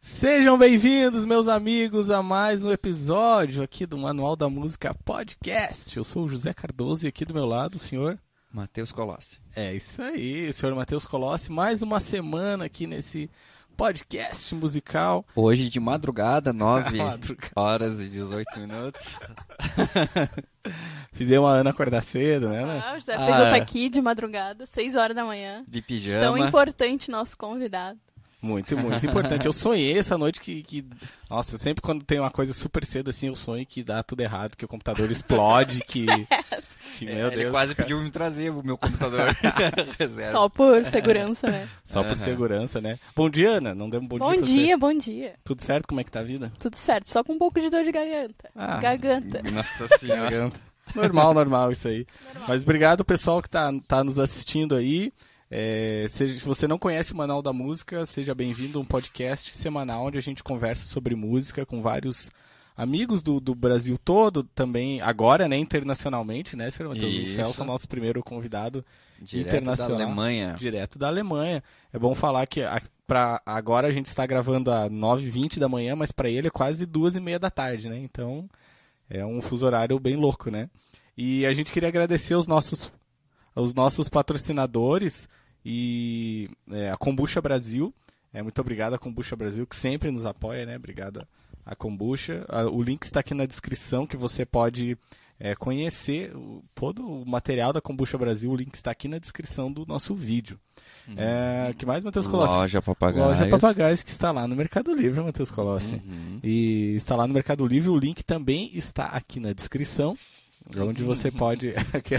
Sejam bem-vindos, meus amigos, a mais um episódio aqui do Manual da Música Podcast. Eu sou o José Cardoso e aqui do meu lado o senhor... Matheus Colossi. É isso aí, o senhor Matheus Colossi. Mais uma semana aqui nesse podcast musical. Hoje de madrugada, 9 horas e 18 minutos. Fizemos a Ana acordar cedo, né, Ana? O José fez eu estar aqui de madrugada, 6 horas da manhã. De pijama. Tão importante nosso convidado. Muito, muito importante. Eu sonhei essa noite que... Nossa, sempre quando tem uma coisa super cedo assim, eu sonho que dá tudo errado, que o computador explode, que meu Deus. Ele quase pediu me trazer o meu computador. Só por segurança, né? Só por segurança, né? Bom dia, Ana. Não demos bom dia pra você. Bom dia. Tudo certo? Como é que tá a vida? Tudo certo, só com um pouco de dor de garganta. Garganta. Nossa senhora. Garganta. Normal isso aí. Normal. Mas obrigado, pessoal, que tá nos assistindo aí. Se você não conhece o Manual da Música, seja bem-vindo a um podcast semanal onde a gente conversa sobre música com vários amigos do Brasil todo, também agora, né, internacionalmente, né, senhor Matheus? O Celso é o nosso primeiro convidado internacional. Da Alemanha. Direto da Alemanha. É bom falar que agora a gente está gravando às 9h20 da manhã, mas para ele é quase 2h30 da tarde, né? Então é um fuso horário bem louco, né? E a gente queria agradecer aos nossos patrocinadores e a Kombucha Brasil. Muito obrigado a Kombucha Brasil, que sempre nos apoia, né? Obrigado a Kombucha. O link está aqui na descrição, que você pode conhecer todo o material da Kombucha Brasil. O link está aqui na descrição do nosso vídeo. Que mais, Matheus Colossi? Loja Papagaios. Loja Papagaios, que está lá no Mercado Livre, Matheus Colossi. E está lá no Mercado Livre. O link também está aqui na descrição, onde você pode...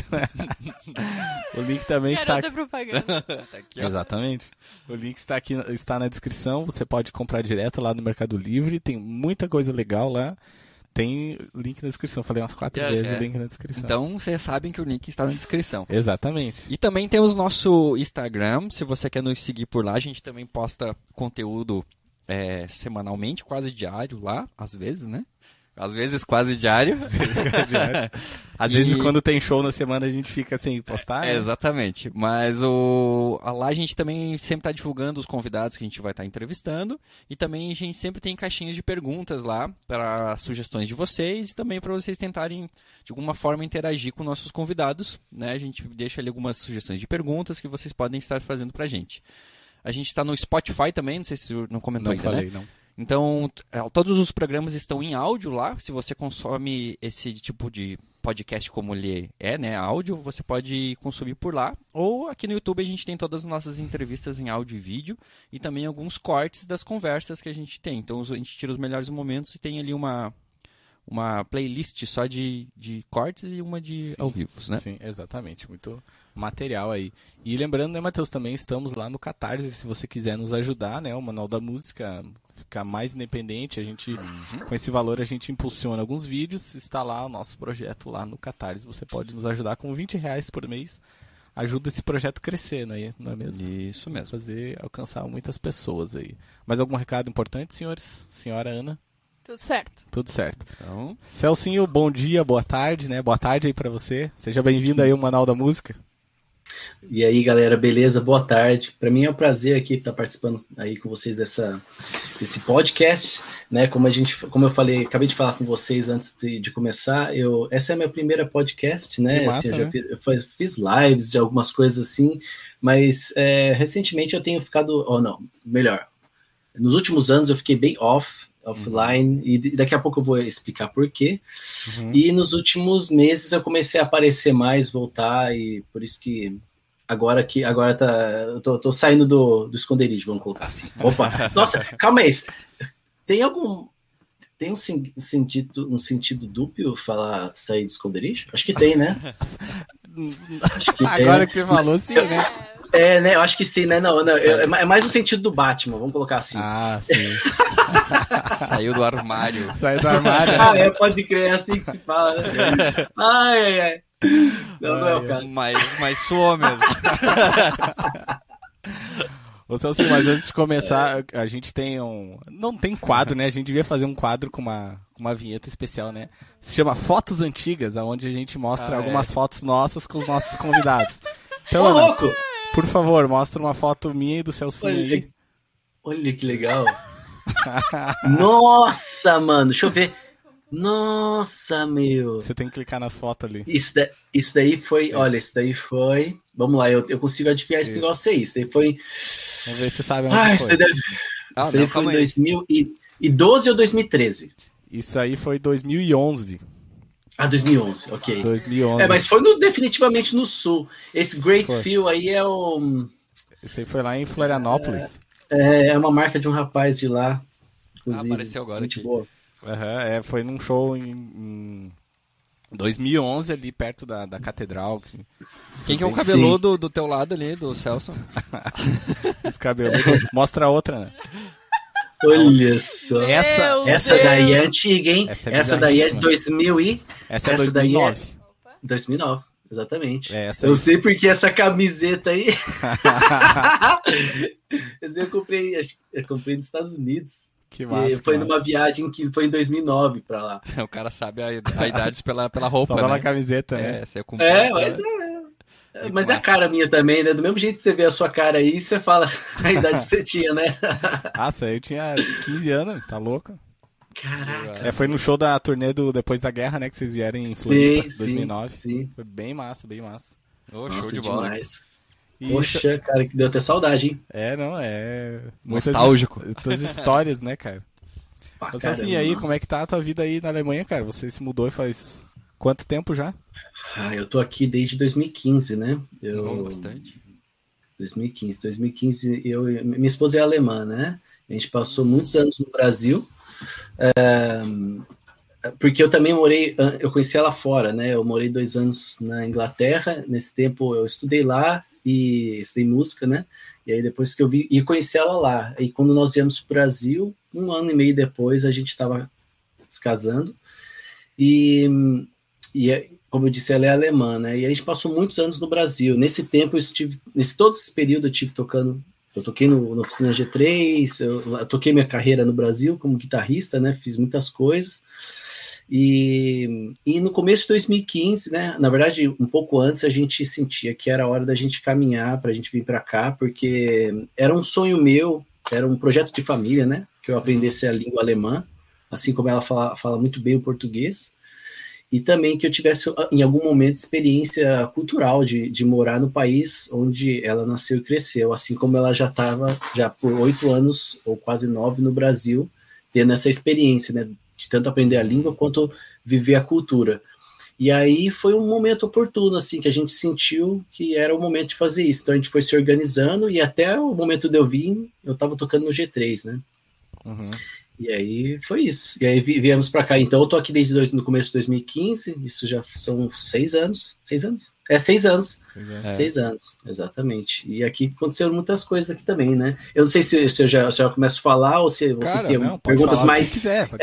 O link também está aqui. Propaganda. Tá aqui, Exatamente. O link está na descrição. Você pode comprar direto lá no Mercado Livre. Tem muita coisa legal lá. Tem link na descrição. Falei umas 4 vezes o link na descrição. Então, vocês sabem que o link está na descrição. Exatamente. E também temos nosso Instagram. Se você quer nos seguir por lá, a gente também posta conteúdo semanalmente, quase diário lá, às vezes, né? Às vezes quase diário. Às vezes quando tem show na semana a gente fica sem postar, né? Exatamente. Mas lá a gente também sempre está divulgando os convidados que a gente vai estar entrevistando. E também a gente sempre tem caixinhas de perguntas lá para sugestões de vocês e também para vocês tentarem de alguma forma interagir com nossos convidados, né? A gente deixa ali algumas sugestões de perguntas que vocês podem estar fazendo para a gente. A gente está no Spotify também, não sei se você não comentou ainda, falei, né? Não. Então, todos os programas estão em áudio lá. Se você consome esse tipo de podcast como ele né, áudio, você pode consumir por lá. Ou aqui no YouTube a gente tem todas as nossas entrevistas em áudio e vídeo e também alguns cortes das conversas que a gente tem. Então, a gente tira os melhores momentos e tem ali uma playlist só de cortes e uma de ao vivo, né? Sim, exatamente. Muito material aí. E lembrando, né, Matheus, também estamos lá no Catarse, se você quiser nos ajudar, né? O Manual da Música ficar mais independente, com esse valor a gente impulsiona alguns vídeos, está lá o nosso projeto lá no Catarse, você pode nos ajudar com R$20 por mês, ajuda esse projeto a crescer, não é mesmo? Isso mesmo. Alcançar muitas pessoas aí. Mais algum recado importante, senhores? Senhora Ana? Tudo certo. Tudo certo. Então... Celcinho, bom dia, boa tarde, né? Boa tarde aí pra você. Seja bem-vindo aí ao Manual da Música. E aí, galera, beleza? Boa tarde. Para mim é um prazer aqui estar participando aí com vocês desse podcast, né? Como eu falei, acabei de falar com vocês antes de começar, essa é a minha primeira podcast, né? Que massa, assim, eu já fiz lives de algumas coisas assim, mas recentemente eu tenho ficado, nos últimos anos eu fiquei bem offline, e daqui a pouco eu vou explicar por quê. E nos últimos meses eu comecei a aparecer mais, voltar, e por isso que agora eu tô saindo do esconderijo, vamos colocar assim. Opa, nossa, calma aí. Tem um sentido duplo falar sair do esconderijo? Acho que tem, né? Acho que agora que você falou, sim, né? Né? Eu acho que sim, né? Não, é mais no sentido do Batman, vamos colocar assim. Ah, sim. Saiu do armário. Saiu do armário. Pode crer, é assim que se fala, né? Ai. Não é o caso. Mas soou mesmo. Ô, Celso, mas antes de começar, a gente tem não tem quadro, né? A gente devia fazer um quadro com uma vinheta especial, né? Se chama Fotos Antigas, onde a gente mostra algumas fotos nossas com os nossos convidados. Então, louco! Por favor, mostra uma foto minha e do Celcinho aí. Olha que legal. Nossa, mano, deixa eu ver. Nossa, meu. Você tem que clicar nas fotos ali. Isso daí foi, olha, isso daí foi... Vamos lá, eu consigo adivinhar esse negócio aí. Isso daí foi... Vamos ver se você sabe onde foi. Isso daí foi em 2012 ou 2013? Isso aí foi 2011. 2011, ok. 2011. Mas foi definitivamente no sul. Esse Great Feel aí é o... Esse aí foi lá em Florianópolis. É uma marca de um rapaz de lá. Inclusive, apareceu agora muito aqui. boa. Foi num show em 2011 ali perto da catedral. Quem que é o cabeludo do teu lado ali, do Celso? Esse cabeludo. Mostra a outra, né? Olha só. Essa daí é antiga, hein? Essa daí é de 2000 e... Essa é 2009. 2009, exatamente. Eu sei porque essa camiseta aí... eu comprei nos Estados Unidos. Que massa. Foi numa viagem que foi em 2009 pra lá. O cara sabe a idade pela roupa, só pela né? camiseta, né? Mas é a cara minha também, né? Do mesmo jeito que você vê a sua cara aí, você fala a idade que você tinha, né? Nossa, eu tinha 15 anos, tá louco? Caraca. Foi no show da turnê Depois da Guerra, né? Que vocês vieram em Floripa, 2009. Sim. Foi bem massa, bem massa. Show de bola. Demais. Poxa, cara, que deu até saudade, hein? Nostálgico. Muitas histórias, né, cara? Mas assim, caramba, aí, como é que tá a tua vida aí na Alemanha, cara? Você se mudou faz quanto tempo já? Eu tô aqui desde 2015, né? Bastante. 2015, minha esposa é alemã, né? A gente passou muitos anos no Brasil, porque eu também eu conheci ela fora, né? Eu morei 2 anos na Inglaterra, nesse tempo eu estudei lá e estudei música, né? E aí depois que eu vi, e conheci ela lá. E quando nós viemos pro Brasil, 1 ano e meio depois, a gente estava se casando. E como eu disse, ela é alemã, né? E a gente passou muitos anos no Brasil. Nesse tempo, todo esse período eu estive tocando. Eu toquei na Oficina G3, eu toquei minha carreira no Brasil como guitarrista, né? Fiz muitas coisas. E no começo de 2015, né? Na verdade, um pouco antes, a gente sentia que era hora da gente caminhar para a gente vir para cá, porque era um sonho meu, era um projeto de família, né? Que eu aprendesse a língua alemã, assim como ela fala muito bem o português. E também que eu tivesse, em algum momento, experiência cultural de morar no país onde ela nasceu e cresceu, assim como ela já estava por 8 anos, ou quase 9, no Brasil, tendo essa experiência, né, de tanto aprender a língua quanto viver a cultura. E aí foi um momento oportuno, assim, que a gente sentiu que era o momento de fazer isso. Então a gente foi se organizando e até o momento de eu vir, eu estava tocando no G3, né? Uhum. E aí foi isso. E aí viemos para cá. Então eu tô aqui desde no começo de 2015. Isso já são 6 anos. 6 anos? 6 anos. 6 anos, exatamente. E aqui aconteceram muitas coisas aqui também, né? Eu não sei se eu já começo a falar ou se vocês têm perguntas mais,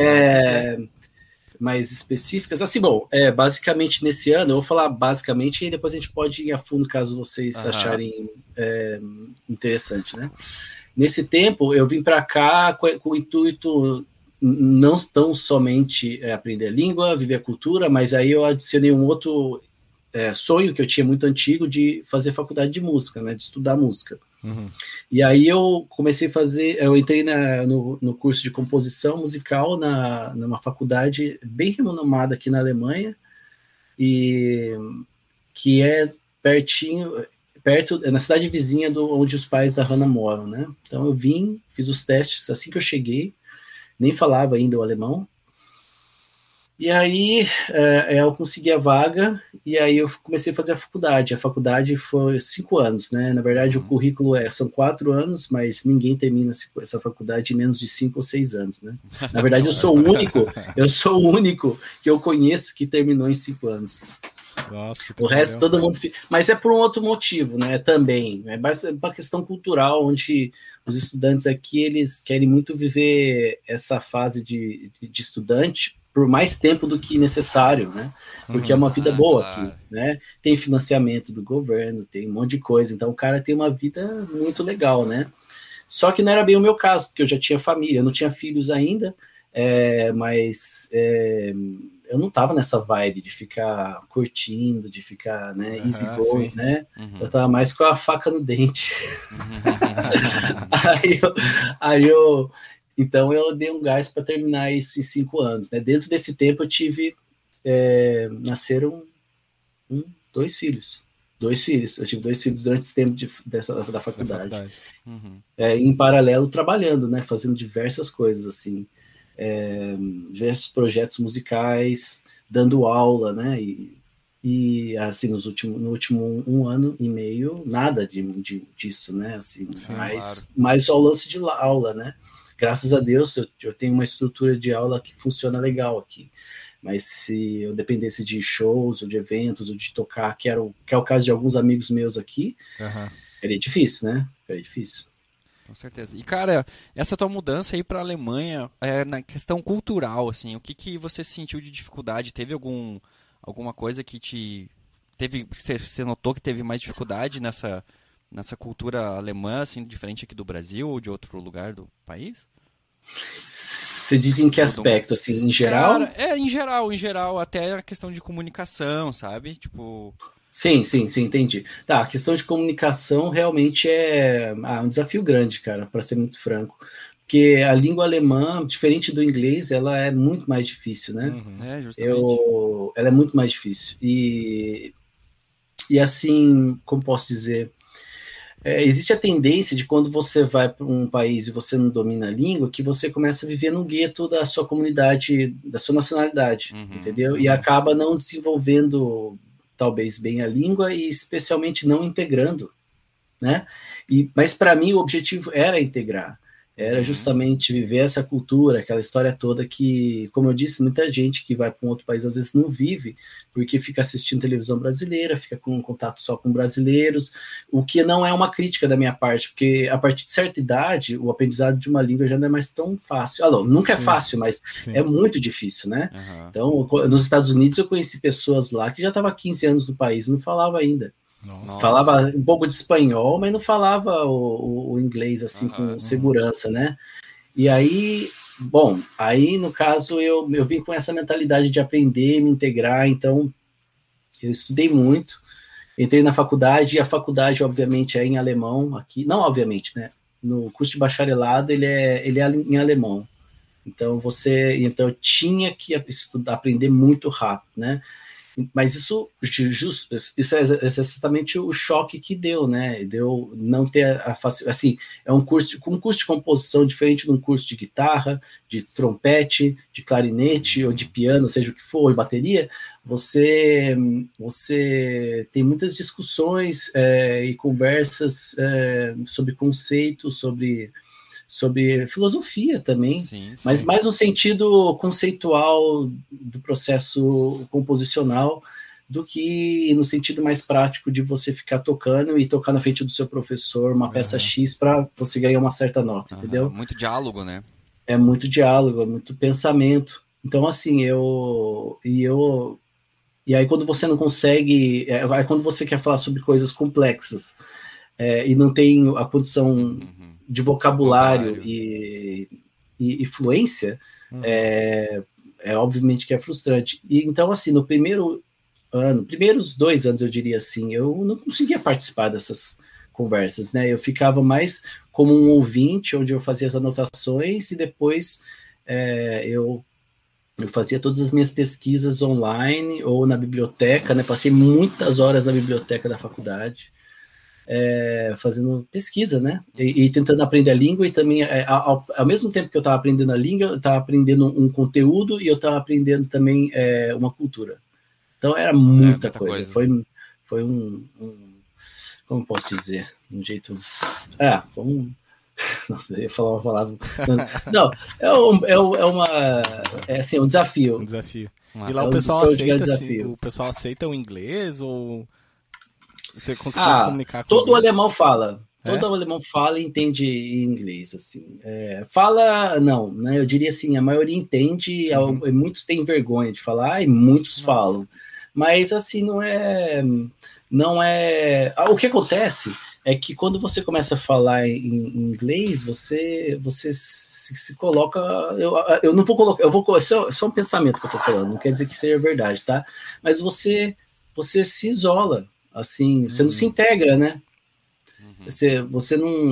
mais específicas. Assim, bom, basicamente nesse ano, eu vou falar basicamente e depois a gente pode ir a fundo caso vocês acharem interessante, né? Nesse tempo, eu vim para cá com o intuito não tão somente aprender a língua, viver a cultura, mas aí eu adicionei um outro sonho que eu tinha muito antigo de fazer faculdade de música, né, de estudar música. Uhum. E aí eu comecei a eu entrei no curso de composição musical numa faculdade bem renomada aqui na Alemanha, e que é perto, na cidade vizinha onde os pais da Hannah moram, né? Então eu fiz os testes assim que eu cheguei, nem falava ainda o alemão, e aí eu consegui a vaga, e aí eu comecei a fazer a faculdade. A faculdade foi 5 anos, né? Na verdade o currículo são 4 anos, mas ninguém termina essa faculdade em menos de 5 ou 6 anos, né? Na verdade eu sou o único que eu conheço que terminou em 5 anos. Nossa, o resto todo mundo... Mas é por um outro motivo, né? Também. É uma questão cultural, onde os estudantes aqui, eles querem muito viver essa fase de estudante por mais tempo do que necessário, né? Porque é uma vida boa aqui, né? Tem financiamento do governo, tem um monte de coisa. Então o cara tem uma vida muito legal, né? Só que não era bem o meu caso, porque eu já tinha família, eu não tinha filhos ainda, mas eu não tava nessa vibe de ficar curtindo, de ficar, né, easy going, né? Eu tava mais com a faca no dente. Aí eu Então eu dei um gás para terminar isso em 5 anos, né? Dentro desse tempo eu tive, nasceram 2 filhos. 2 filhos. Eu tive 2 filhos durante esse tempo da faculdade. Em paralelo, trabalhando, né? Fazendo diversas coisas, assim. Diversos projetos musicais, dando aula, né? E assim, no último 1 ano e meio, nada disso, né? Assim, mais só o lance de aula, né? Graças a Deus, eu tenho uma estrutura de aula que funciona legal aqui. Mas se eu dependesse de shows, ou de eventos, ou de tocar, que é o caso de alguns amigos meus aqui, seria difícil, né? Seria difícil. Com certeza. E, cara, essa tua mudança aí para a Alemanha, na questão cultural, assim, o que você sentiu de dificuldade? Teve alguma coisa que você notou que teve mais dificuldade nessa cultura alemã, assim, diferente aqui do Brasil ou de outro lugar do país? Você diz em que aspecto, assim, em geral? Cara, em geral, até a questão de comunicação, sabe? Tipo... Sim, entendi. Tá, a questão de comunicação realmente é um desafio grande, cara, para ser muito franco. Porque a língua alemã, diferente do inglês, ela é muito mais difícil, né? Justamente. Ela é muito mais difícil. E assim, como posso dizer... existe a tendência de quando você vai para um país e você não domina a língua, que você começa a viver no gueto da sua comunidade, da sua nacionalidade, entendeu? E acaba não desenvolvendo, talvez, bem a língua e especialmente não integrando, né? Mas para mim o objetivo era integrar. Era justamente viver essa cultura, aquela história toda que, como eu disse, muita gente que vai para um outro país às vezes não vive, porque fica assistindo televisão brasileira, fica com contato só com brasileiros, o que não é uma crítica da minha parte, porque a partir de certa idade, o aprendizado de uma língua já não é mais tão fácil. Nunca é fácil, mas é muito difícil, né? Então, nos Estados Unidos eu conheci pessoas lá que já estavam há 15 anos no país e não falava ainda. Nossa. Falava um pouco de espanhol, mas não falava o inglês assim com segurança, né? E aí, aí no caso eu vim com essa mentalidade de aprender, me integrar, então eu estudei muito, entrei na faculdade, e a faculdade obviamente é em alemão aqui, não obviamente, né? No curso de bacharelado ele é em alemão, então eu tinha que aprender muito rápido, né? Mas isso é exatamente o choque que deu, né? Deu não ter assim, é um curso de composição diferente de um curso de guitarra, de trompete, de clarinete ou de piano, seja o que for, ou bateria. Você tem muitas discussões e conversas sobre conceitos, sobre filosofia também, mas mais no sentido conceitual do processo composicional do que no sentido mais prático de você ficar tocando e tocar na frente do seu professor uma peça X para você ganhar uma certa nota, entendeu? Muito diálogo, né? É muito diálogo, é muito pensamento. Então, assim, e aí quando você não consegue, aí quando você quer falar sobre coisas complexas e não tem a condição de vocabulário e fluência, obviamente que é frustrante. E então, assim, no primeiros 2 anos, eu diria assim, eu não conseguia participar dessas conversas, né? Eu ficava mais como um ouvinte, onde eu fazia as anotações e depois eu fazia todas as minhas pesquisas online ou na biblioteca, né? Passei muitas horas na biblioteca da faculdade, fazendo pesquisa, né? E tentando aprender a língua, e também, ao mesmo tempo que eu estava aprendendo a língua, eu estava aprendendo um conteúdo e eu estava aprendendo também uma cultura. Então era muita coisa. Foi um como posso dizer? Um jeito... foi um... Nossa, eu ia falar uma palavra... Não, é um desafio. Um desafio. E lá o pessoal aceita, assim, o pessoal aceita o inglês ou... Você conseguiu se comunicar com todo alemão fala. Todo alemão fala e entende inglês, assim. Fala, não, né? Eu diria assim, a maioria entende, muitos têm vergonha de falar e muitos falam. Mas, assim, não é... O que acontece é que quando você começa a falar em inglês, você se coloca... Eu não vou colocar... Só um pensamento que eu tô falando, não quer dizer que seja verdade, tá? Mas você se isola. Assim, você não se integra, né? Você não...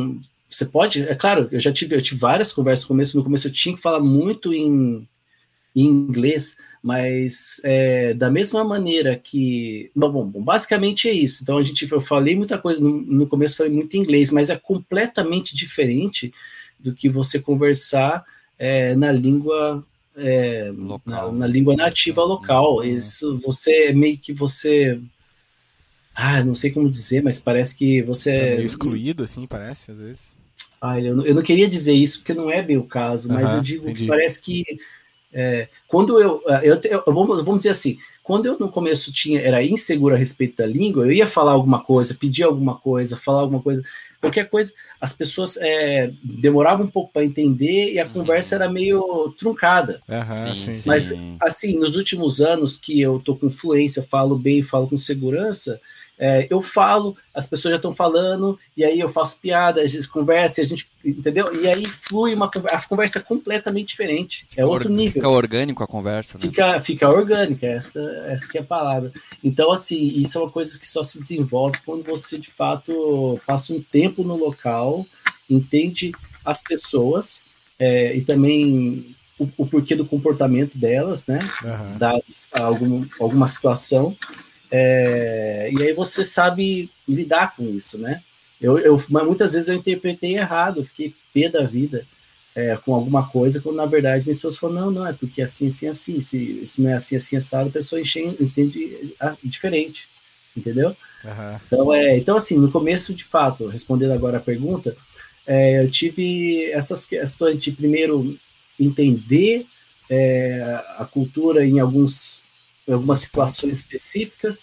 você pode, é claro, eu tive várias conversas no começo eu tinha que falar muito em inglês, mas da mesma maneira que... Bom, basicamente é isso. Então, eu falei muita coisa, no começo falei muito em inglês, mas é completamente diferente do que você conversar na língua... na língua nativa local. Isso, você meio que você... não sei como dizer, mas parece que você... É meio excluído, assim, parece, às vezes. Eu não queria dizer isso, porque não é bem o caso, mas eu digo que parece que quando vamos dizer assim, quando eu no começo era inseguro a respeito da língua, eu ia falar alguma coisa, pedir alguma coisa, falar alguma coisa, qualquer coisa, as pessoas demoravam um pouco para entender e a conversa era meio truncada. Mas, assim, nos últimos anos que eu tô com fluência, falo bem, falo com segurança, eu falo, as pessoas já estão falando, e aí eu faço piada, a gente conversa, a gente, entendeu? E aí flui a conversa é completamente diferente, outro nível. Fica orgânico a conversa, né? Fica orgânica, essa que é a palavra. Então, assim, isso é uma coisa que só se desenvolve quando você, de fato, passa um tempo no local, entende as pessoas, e também o porquê do comportamento delas, né? Dadas alguma situação. E aí você sabe lidar com isso, né? Mas muitas vezes eu interpretei errado, fiquei pé da vida com alguma coisa, quando na verdade minha esposa falou, não, é porque é assim, assim, assim, se não é assim, assim, assado, a pessoa entende diferente, entendeu? Então, assim, no começo, de fato, respondendo agora a pergunta, eu tive essas questões de primeiro entender a cultura em algumas situações específicas,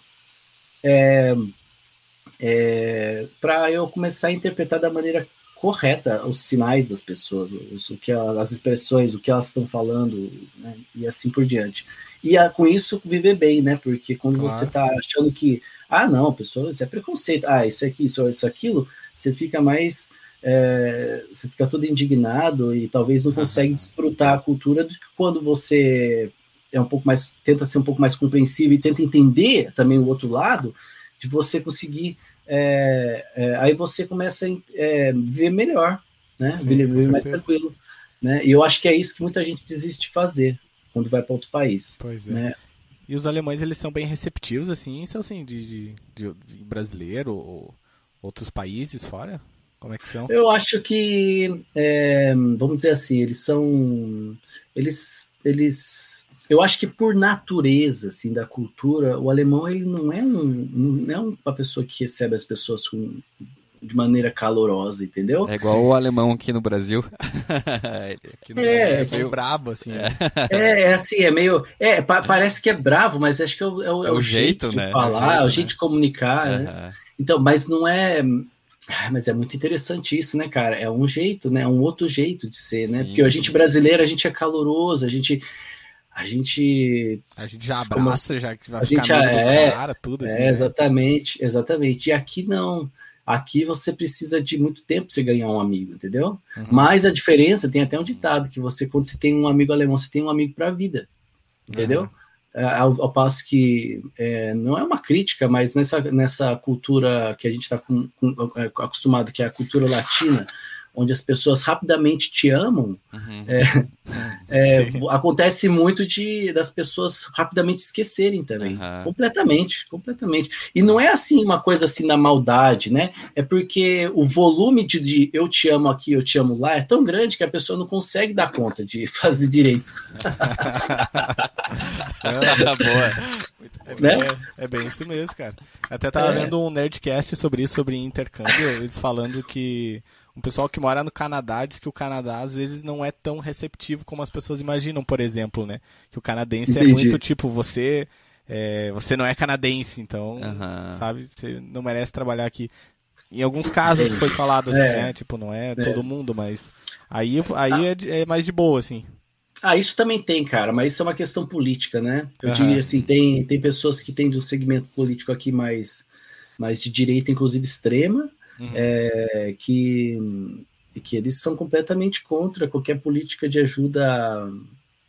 para eu começar a interpretar da maneira correta os sinais das pessoas, as expressões, o que elas estão falando, né, e assim por diante. E com isso viver bem, né? Porque quando você está achando que, não, pessoal, isso é preconceito, isso aqui, isso aquilo, você fica mais... você fica todo indignado e talvez não consegue desfrutar a cultura do que quando você tenta ser um pouco mais compreensivo e tenta entender também o outro lado, de você conseguir, aí você começa a viver melhor, né? Viver mais tranquilo, né? E eu acho que é isso que muita gente desiste de fazer quando vai para outro país. Pois é. Né? E os alemães, eles são bem receptivos, assim, são assim, de brasileiro ou outros países fora? Como é que são? Eu acho que, vamos dizer assim, eu acho que por natureza, assim, da cultura, o alemão, ele não é uma pessoa que recebe as pessoas de maneira calorosa, entendeu? É igual o alemão aqui no Brasil. É meio brabo, assim. Assim, é meio... parece que é bravo, mas acho que é o jeito de falar, o jeito de comunicar, né? Então, mas não é... Mas é muito interessante isso, né, cara? É um jeito, né? É um outro jeito de ser, né? Porque a gente brasileiro, a gente é caloroso, a gente já abraça, já vai ficar amigo do cara, tudo assim. Exatamente. E aqui não. Aqui você precisa de muito tempo para você ganhar um amigo, entendeu? Mas a diferença, tem até um ditado, que quando você tem um amigo alemão, você tem um amigo para a vida, entendeu? Ao passo que não é uma crítica, mas nessa cultura que a gente está acostumado, que é a cultura latina, onde as pessoas rapidamente te amam, acontece muito das pessoas rapidamente esquecerem também, completamente. E não é assim uma coisa assim na maldade, né? É porque o volume de eu te amo aqui, eu te amo lá é tão grande que a pessoa não consegue dar conta de fazer direito. Boa. É bem isso mesmo, cara. Até tava vendo um Nerdcast sobre intercâmbio, eles falando que um pessoal que mora no Canadá diz que o Canadá às vezes não é tão receptivo como as pessoas imaginam, por exemplo, né? Que o canadense é muito tipo, você não é canadense, então, sabe, você não merece trabalhar aqui. Em alguns casos foi falado assim, né? Tipo, não é todo mundo, mas aí é mais de boa, assim. Isso também tem, cara, mas isso é uma questão política, né? Eu diria assim, tem pessoas que têm de um segmento político aqui mais de direita, inclusive extrema, que eles são completamente contra qualquer política de ajuda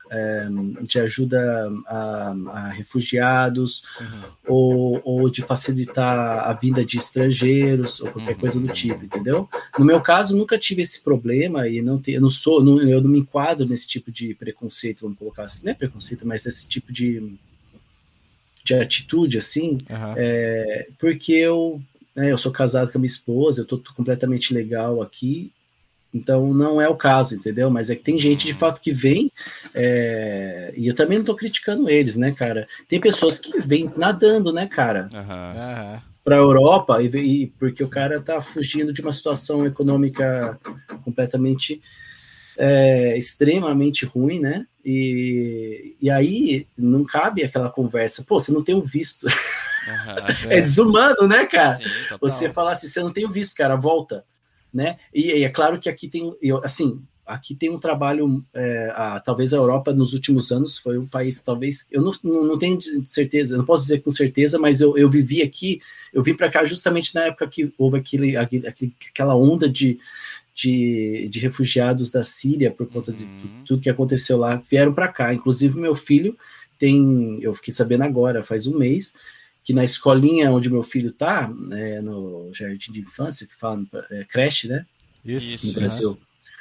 a refugiados, ou de facilitar a vinda de estrangeiros, ou qualquer coisa do tipo, entendeu? No meu caso, nunca tive esse problema, e eu não me enquadro nesse tipo de preconceito, vamos colocar assim, não é preconceito, mas esse tipo de atitude, assim, porque eu sou casado com a minha esposa, eu tô completamente legal aqui, então não é o caso, entendeu? Mas é que tem gente de fato que vem, e eu também não tô criticando eles, né, cara? Tem pessoas que vêm nadando, né, cara? Pra Europa, porque o cara tá fugindo de uma situação econômica completamente extremamente ruim, né? E aí não cabe aquela conversa, pô, você não tem o visto. É desumano, né, cara? Sim, você falar assim, você não tem o visto, cara, volta. Né? E é claro que aqui tem, aqui tem um trabalho, talvez a Europa nos últimos anos foi um país, talvez, eu não tenho certeza, eu não posso dizer com certeza, mas eu vivi aqui, eu vim para cá justamente na época que houve aquela onda de refugiados da Síria, por conta de tudo que aconteceu lá, vieram para cá, inclusive meu filho eu fiquei sabendo agora, faz um mês, que na escolinha onde meu filho tá, no jardim de infância, que fala creche, né? Isso, no Brasil.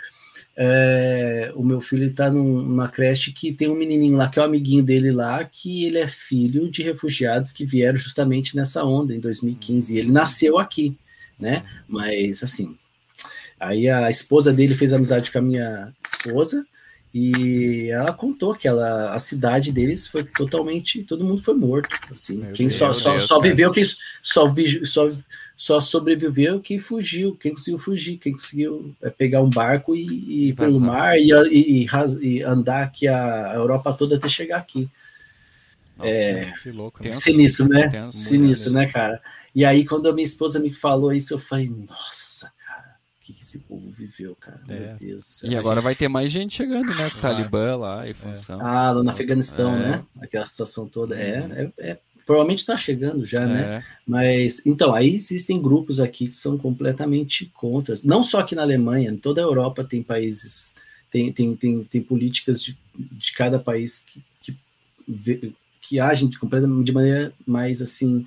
O meu filho tá numa creche que tem um menininho lá, que é o amiguinho dele lá, que ele é filho de refugiados que vieram justamente nessa onda, em 2015. E ele nasceu aqui, né? Mas, assim, aí a esposa dele fez amizade com a minha esposa, e ela contou que a cidade deles foi totalmente, todo mundo foi morto, assim, quem só viveu, quem só sobreviveu, quem fugiu, quem conseguiu fugir, quem conseguiu pegar um barco e ir pelo mar e andar aqui a Europa toda até chegar aqui. Nossa, que louco, né? Sinistro, né? Sinistro, né, cara? E aí quando a minha esposa me falou isso, eu falei, nossa, que esse povo viveu, cara. Meu Deus do céu. E agora vai ter mais gente chegando, né? Com o Talibã lá e função. Lá no Afeganistão, né? Aquela situação toda. Provavelmente está chegando já, né? Mas, então, aí existem grupos aqui que são completamente contra. Não só aqui na Alemanha, em toda a Europa tem países, tem políticas de cada país que agem de maneira mais, assim,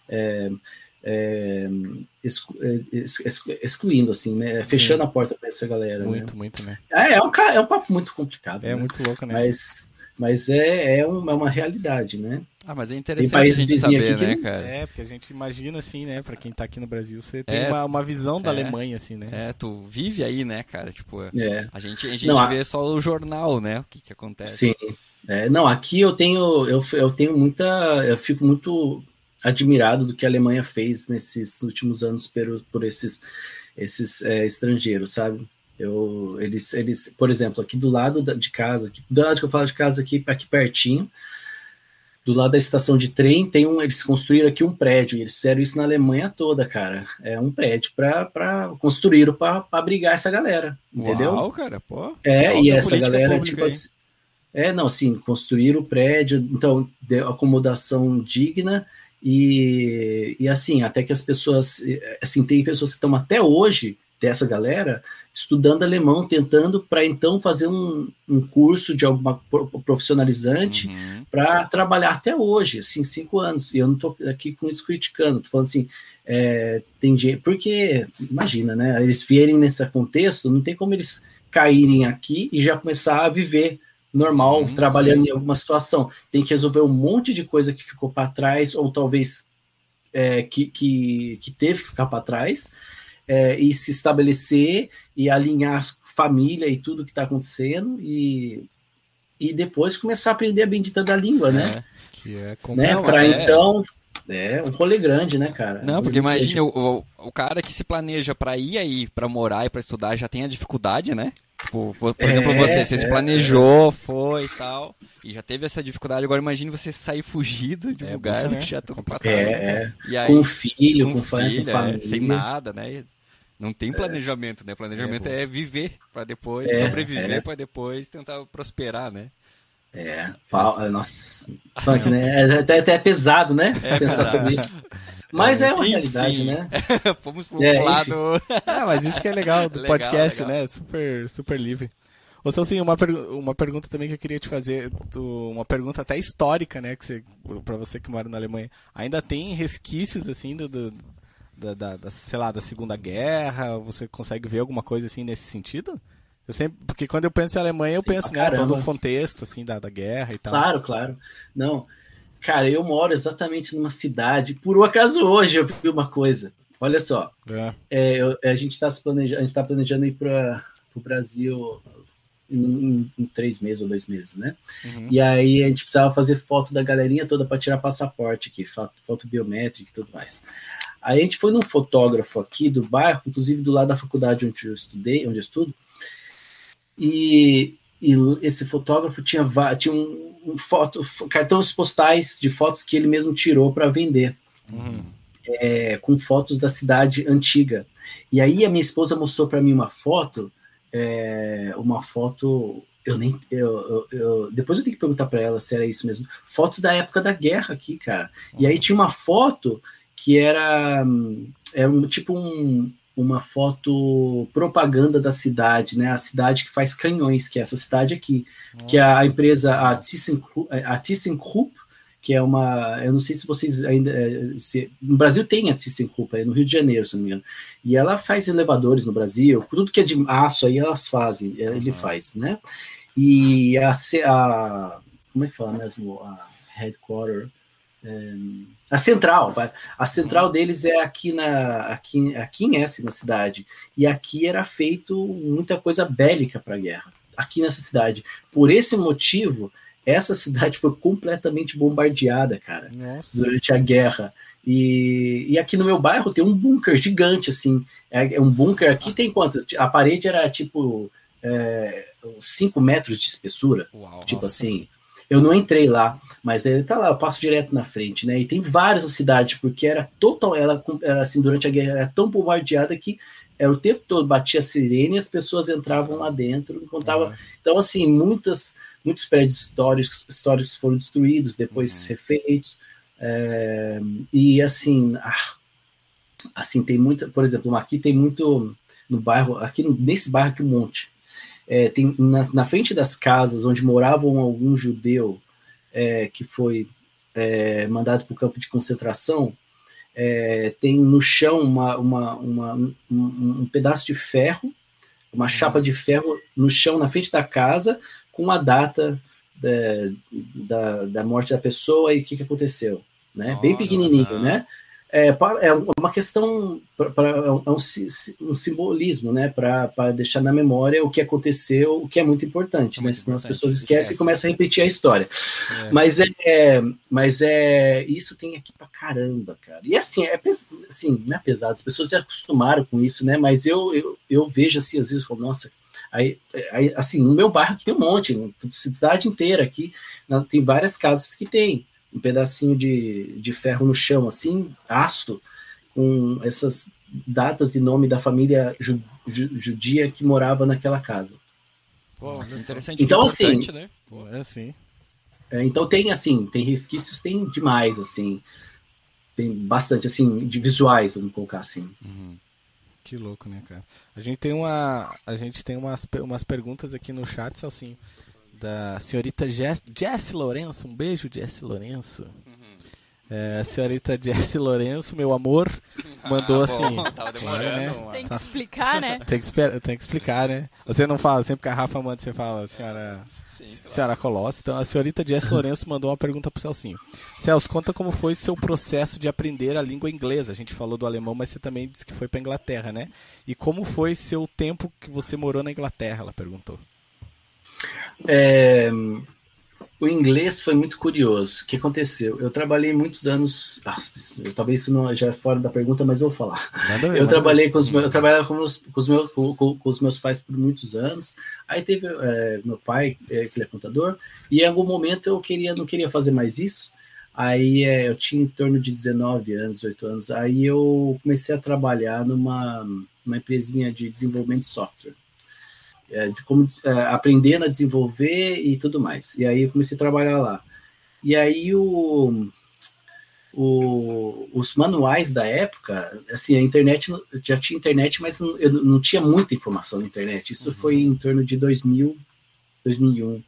excluindo, assim, né? Fechando a porta para essa galera. Muito, né? É um papo muito complicado. É, né? Muito louco, né? Mas é uma realidade, né? Mas é interessante tem países a gente saber, aqui né, cara? Porque a gente imagina, assim, né? Pra quem tá aqui no Brasil, você tem uma visão da Alemanha, assim, né? Tu vive aí, né, cara? Tipo, a gente vê só o jornal, né? O que acontece. Sim. Não, aqui eu fico muito admirado do que a Alemanha fez nesses últimos anos por esses estrangeiros, sabe? Eles, por exemplo, aqui do lado de casa, do lado que eu falo de casa, aqui pertinho, do lado da estação de trem, eles construíram aqui um prédio, e eles fizeram isso na Alemanha toda, cara. É um prédio construíram para abrigar essa galera, entendeu? Uau, cara, pô. E essa galera, tipo assim, não, assim, construíram o prédio, então, deu acomodação digna, e assim, até que as pessoas, assim, tem pessoas que estão até hoje, dessa galera, estudando alemão, tentando para então fazer um curso de alguma profissionalizante para trabalhar até hoje, assim, 5 anos, e eu não estou aqui com isso criticando, estou falando assim, tem gente, porque, imagina, né, eles vierem nesse contexto, não tem como eles caírem aqui e já começar a viver normal, trabalhando em alguma situação. Tem que resolver um monte de coisa que ficou para trás, ou talvez que teve que ficar para trás, e se estabelecer e alinhar a família e tudo que está acontecendo, e depois começar a aprender a bendita da língua, né? Que é então... um rolê grande, né, cara? Não, porque imagina, o cara que se planeja para ir aí, para morar e para estudar, já tem a dificuldade, né? Tipo, por exemplo, você se planejou, foi e tal, e já teve essa dificuldade. Agora imagine você sair fugido de um lugar que já tudo pra trás. E aí, com um filho, com família. Sem nada, né? Não tem planejamento, né? Planejamento é viver para depois, sobreviver para depois tentar prosperar, né? Nossa, funk, né? É pesado, né? Pensar sobre isso. Mas é uma realidade, né? Fomos pro lado. Mas isso que é legal do podcast, né? Super, super livre. Ô, Celcinho, uma pergunta também que eu queria te fazer, uma pergunta até histórica, né, pra você que mora na Alemanha. Ainda tem resquícios, assim, sei lá, da Segunda Guerra? Você consegue ver alguma coisa, assim, nesse sentido? Porque quando eu penso em Alemanha, eu penso, né, todo o contexto, assim, da guerra e tal. Claro. Não, cara, eu moro exatamente numa cidade, por um acaso hoje eu vi uma coisa. Olha só, a gente está planejando ir para o Brasil em 3 meses ou 2 meses, né? Uhum. E aí a gente precisava fazer foto da galerinha toda para tirar passaporte aqui, foto biométrica e tudo mais. Aí a gente foi num fotógrafo aqui do bairro, inclusive do lado da faculdade onde eu estudo, e esse fotógrafo tinha cartões postais de fotos que ele mesmo tirou para vender. Uhum. Com fotos da cidade antiga. E aí a minha esposa mostrou para mim uma foto, depois eu tenho que perguntar para ela se era isso mesmo, fotos da época da guerra aqui, cara. E aí tinha uma foto que era uma foto propaganda da cidade, né? A cidade que faz canhões, que é essa cidade aqui, que é a empresa, a ThyssenKrupp, que é eu não sei se vocês ainda, no Brasil tem a ThyssenKrupp, no Rio de Janeiro, se não me engano, e ela faz elevadores no Brasil, tudo que é de aço aí elas fazem, ele faz, né? E como é que fala mesmo, a headquarter, a central deles é aqui em Essen, na cidade, e aqui era feito muita coisa bélica para a guerra, aqui nessa cidade. Por esse motivo, essa cidade foi completamente bombardeada, cara, durante a guerra. E aqui no meu bairro tem um bunker gigante, assim. É um bunker aqui, tem quantas? A parede era tipo 5 metros de espessura. Uau, tipo assim. Eu não entrei lá, mas ele tá lá, eu passo direto na frente, né? E tem várias cidades, porque era assim, durante a guerra, era tão bombardeada que era o tempo todo, batia a sirene e as pessoas entravam lá dentro. Então, assim, muitos prédios históricos foram destruídos, depois refeitos. E assim, tem muita, por exemplo, aqui tem muito no bairro, nesse bairro aqui um monte. Tem na frente das casas onde moravam algum judeu que foi mandado para o campo de concentração, tem no chão um pedaço de ferro, uma chapa de ferro no chão, na frente da casa, com a data da morte da pessoa e o que aconteceu, né? Bem pequenininho, né? É uma questão, um simbolismo, né? Para deixar na memória o que aconteceu, o que é muito importante, né? Senão as pessoas esquecem e começam a repetir a história. Mas isso tem aqui pra caramba, cara. E assim, não é pesado, as pessoas já acostumaram com isso, né? Mas eu vejo assim, às vezes, eu falo, nossa. Aí, assim, no meu bairro aqui tem um monte, cidade inteira aqui, tem várias casas que tem um pedacinho de ferro no chão, assim, aço, com essas datas e nome da família judia que morava naquela casa. Pô, interessante. Então, assim, né? Pô, assim. Então tem resquícios, tem demais, assim, tem bastante, assim, de visuais, vamos colocar assim. Uhum. Que louco, né, cara? A gente tem umas perguntas aqui no chat, Celcinho, da senhorita Jessie Lourenço. Um beijo, Jessie Lourenço. A senhorita Jessie Lourenço, meu amor, mandou assim. Tava demorando, né? Tem que explicar, né? Tem que explicar, né? Você não fala, sempre que a Rafa manda, você fala, senhora Colossi. Então, a senhorita Jessie Lourenço mandou uma pergunta pro Celcinho. Celso, conta como foi seu processo de aprender a língua inglesa. A gente falou do alemão, mas você também disse que foi pra Inglaterra, né? E como foi seu tempo que você morou na Inglaterra, ela perguntou. O inglês foi muito curioso. O que aconteceu? Eu trabalhei muitos anos. Talvez isso não já é fora da pergunta, mas eu vou falar. Eu trabalhava com os meus pais por muitos anos. Aí teve meu pai, que ele é contador, e em algum momento eu não queria fazer mais isso. Aí eu tinha em torno de 19 anos, 18 anos. Aí eu comecei a trabalhar numa empresinha de desenvolvimento de software. Aprendendo a desenvolver e tudo mais. E aí eu comecei a trabalhar lá. E aí os manuais da época, assim, a internet, já tinha internet, mas eu não tinha muita informação na internet. Isso foi em torno de 2000, 2001.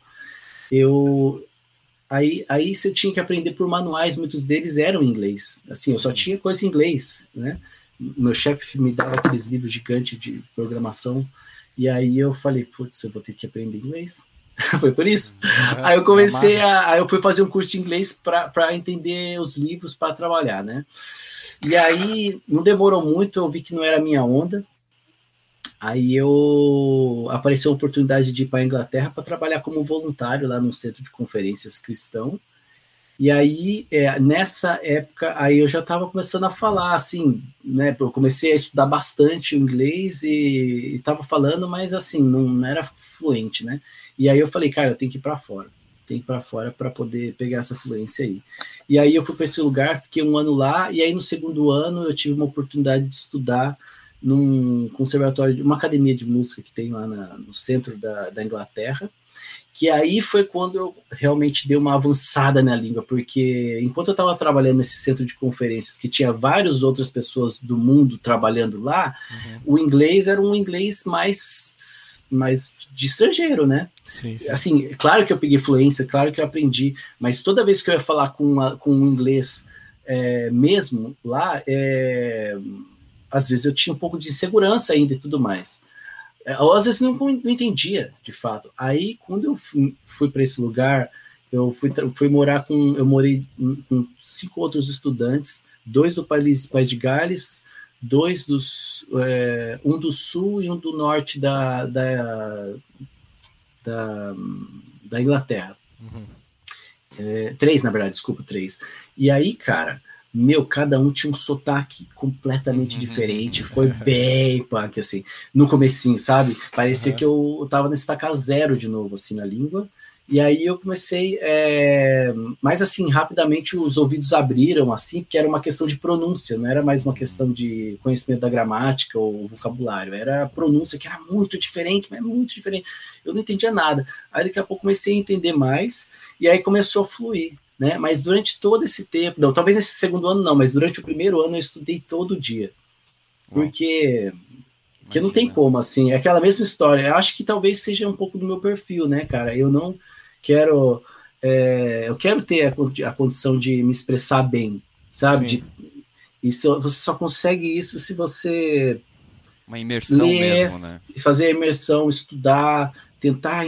Aí você tinha que aprender por manuais, muitos deles eram em inglês. Assim, eu só tinha coisa em inglês, né? Meu chefe me dava aqueles livros gigantes de programação, e aí eu falei, putz, eu vou ter que aprender inglês. Foi por isso. Aí eu fui fazer um curso de inglês para entender os livros para trabalhar, né? E aí não demorou muito, eu vi que não era a minha onda. Aí apareceu a oportunidade de ir para a Inglaterra para trabalhar como voluntário lá no centro de conferências cristão. E aí, nessa época, aí eu já estava começando a falar, assim, né? Eu comecei a estudar bastante o inglês e estava falando, mas assim, não era fluente, né? E aí eu falei, cara, eu tenho que ir para fora. Tem que ir para fora para poder pegar essa fluência aí. E aí eu fui para esse lugar, fiquei 1 ano lá, e aí no segundo ano eu tive uma oportunidade de estudar num conservatório, uma academia de música que tem lá no centro da Inglaterra, que aí foi quando eu realmente dei uma avançada na língua, porque enquanto eu estava trabalhando nesse centro de conferências, que tinha várias outras pessoas do mundo trabalhando lá, o inglês era um inglês mais de estrangeiro, né? Sim. Assim, claro que eu peguei fluência, claro que eu aprendi, mas toda vez que eu ia falar com um inglês mesmo lá, às vezes eu tinha um pouco de insegurança ainda e tudo mais. Às vezes não entendia, de fato. Aí, quando eu fui para esse lugar, eu morei com 5 outros estudantes, 2 do País de Gales, 2 um do sul e um do norte da Inglaterra. 3, na verdade, desculpa, 3. E aí, cara, cada um tinha um sotaque completamente diferente, foi bem punk, assim, no comecinho, sabe? Parecia que eu tava nesse estaca zero de novo, assim, na língua, e aí eu comecei, mas assim, rapidamente os ouvidos abriram, assim, porque era uma questão de pronúncia, não era mais uma questão de conhecimento da gramática ou vocabulário, era a pronúncia que era muito diferente, mas muito diferente, eu não entendia nada, aí daqui a pouco comecei a entender mais, e aí começou a fluir, né? Mas durante todo esse tempo, não, talvez nesse segundo ano não, mas durante o primeiro ano eu estudei todo dia, porque não tem como, assim, é aquela mesma história. Eu acho que talvez seja um pouco do meu perfil, né, cara? Eu não quero, eu quero ter a condição de me expressar bem, sabe? Você só consegue isso se você uma imersão mesmo, né? Fazer a imersão, estudar, tentar,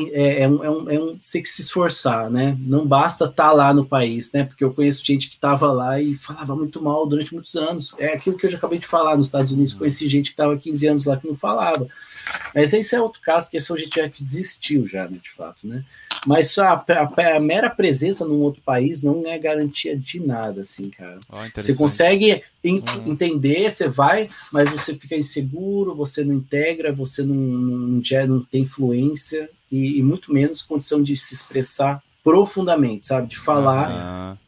tem que se esforçar, né? Não basta estar lá no país, né? Porque eu conheço gente que estava lá e falava muito mal durante muitos anos. É aquilo que eu já acabei de falar, nos Estados Unidos, conheci gente que estava 15 anos lá que não falava. Mas esse é outro caso, que esse é um gente que desistiu já, né, de fato, né? Mas só a mera presença num outro país não é garantia de nada, assim, cara. Você consegue entender, você vai, mas você fica inseguro, você não integra, você não tem fluência e muito menos condição de se expressar profundamente, sabe? De falar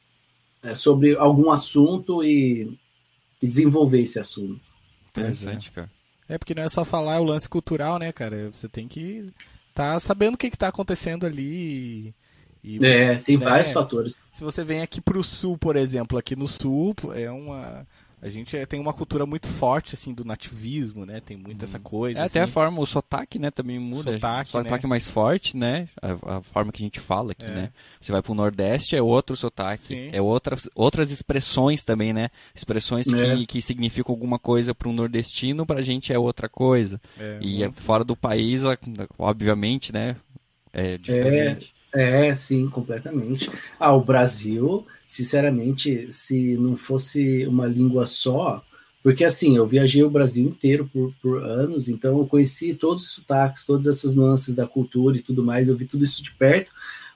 sobre algum assunto e desenvolver esse assunto. Interessante, cara. Porque não é só falar, é o lance cultural, né, cara? Você tem que tá sabendo o que tá acontecendo ali. Tem vários fatores. Se você vem aqui pro sul, por exemplo, aqui no sul a gente tem uma cultura muito forte, assim, do nativismo, né? Tem muito essa coisa. Até a forma, o sotaque, né, também muda. O sotaque mais forte, né? A forma que a gente fala aqui, né? Você vai pro Nordeste, é outro sotaque. Sim. É outras expressões também, né? Expressões que significam alguma coisa para um nordestino, pra gente é outra coisa. Fora do país, obviamente, né? É diferente. Sim, completamente. O Brasil, sinceramente, se não fosse uma língua só, porque assim, eu viajei o Brasil inteiro por anos, então eu conheci todos os sotaques, todas essas nuances da cultura e tudo mais, eu vi tudo isso de perto,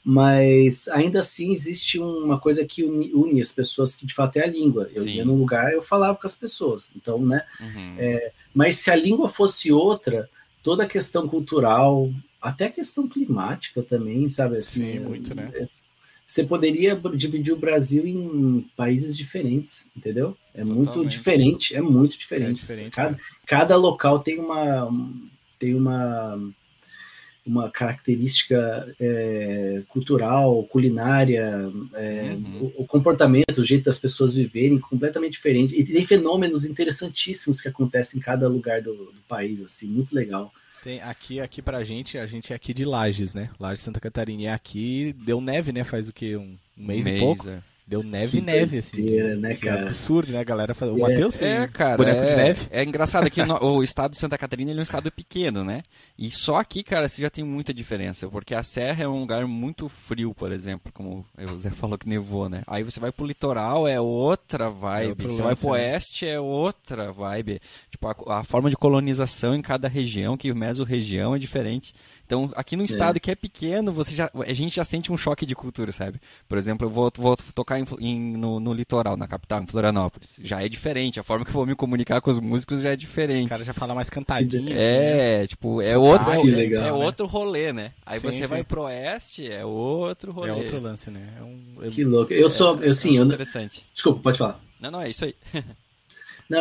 mas ainda assim existe uma coisa que une as pessoas, que de fato é a língua. Eu ia num lugar, eu falava com as pessoas, então, né? Mas se a língua fosse outra, toda a questão cultural, até a questão climática também, sabe? Assim, sim, muito, né? Você poderia dividir o Brasil em países diferentes, entendeu? Muito diferente, é muito diferente. Cada local tem uma característica cultural, culinária, o comportamento, o jeito das pessoas viverem completamente diferente. E tem fenômenos interessantíssimos que acontecem em cada lugar do país, assim, muito legal. Tem aqui pra gente, a gente é aqui de Lages, né? Lages, Santa Catarina. E aqui deu neve, né? Faz o quê? Um mês e pouco? É. Deu neve, assim. Né, cara? É absurdo, né, galera? O Matheus fez cara, boneco de neve. É engraçado que o estado de Santa Catarina ele é um estado pequeno, né? E só aqui, cara, você já tem muita diferença. Porque a Serra é um lugar muito frio, por exemplo, como o Zé falou que nevou, né? Aí você vai pro litoral, é outra vibe. Você vai pro oeste, é outra vibe. Tipo, a forma de colonização em cada região, que mesorregião é diferente. Então, aqui no estado que é pequeno, a gente já sente um choque de cultura, sabe? Por exemplo, eu vou tocar no litoral, na capital, em Florianópolis. Já é diferente, a forma que eu vou me comunicar com os músicos já é diferente. O cara já fala mais cantadinho. Tipo, é outro rolê, né? Aí você vai pro oeste, é outro rolê. É outro lance, né? Que louco. Interessante. Desculpa, pode falar. Não, é isso aí. Não,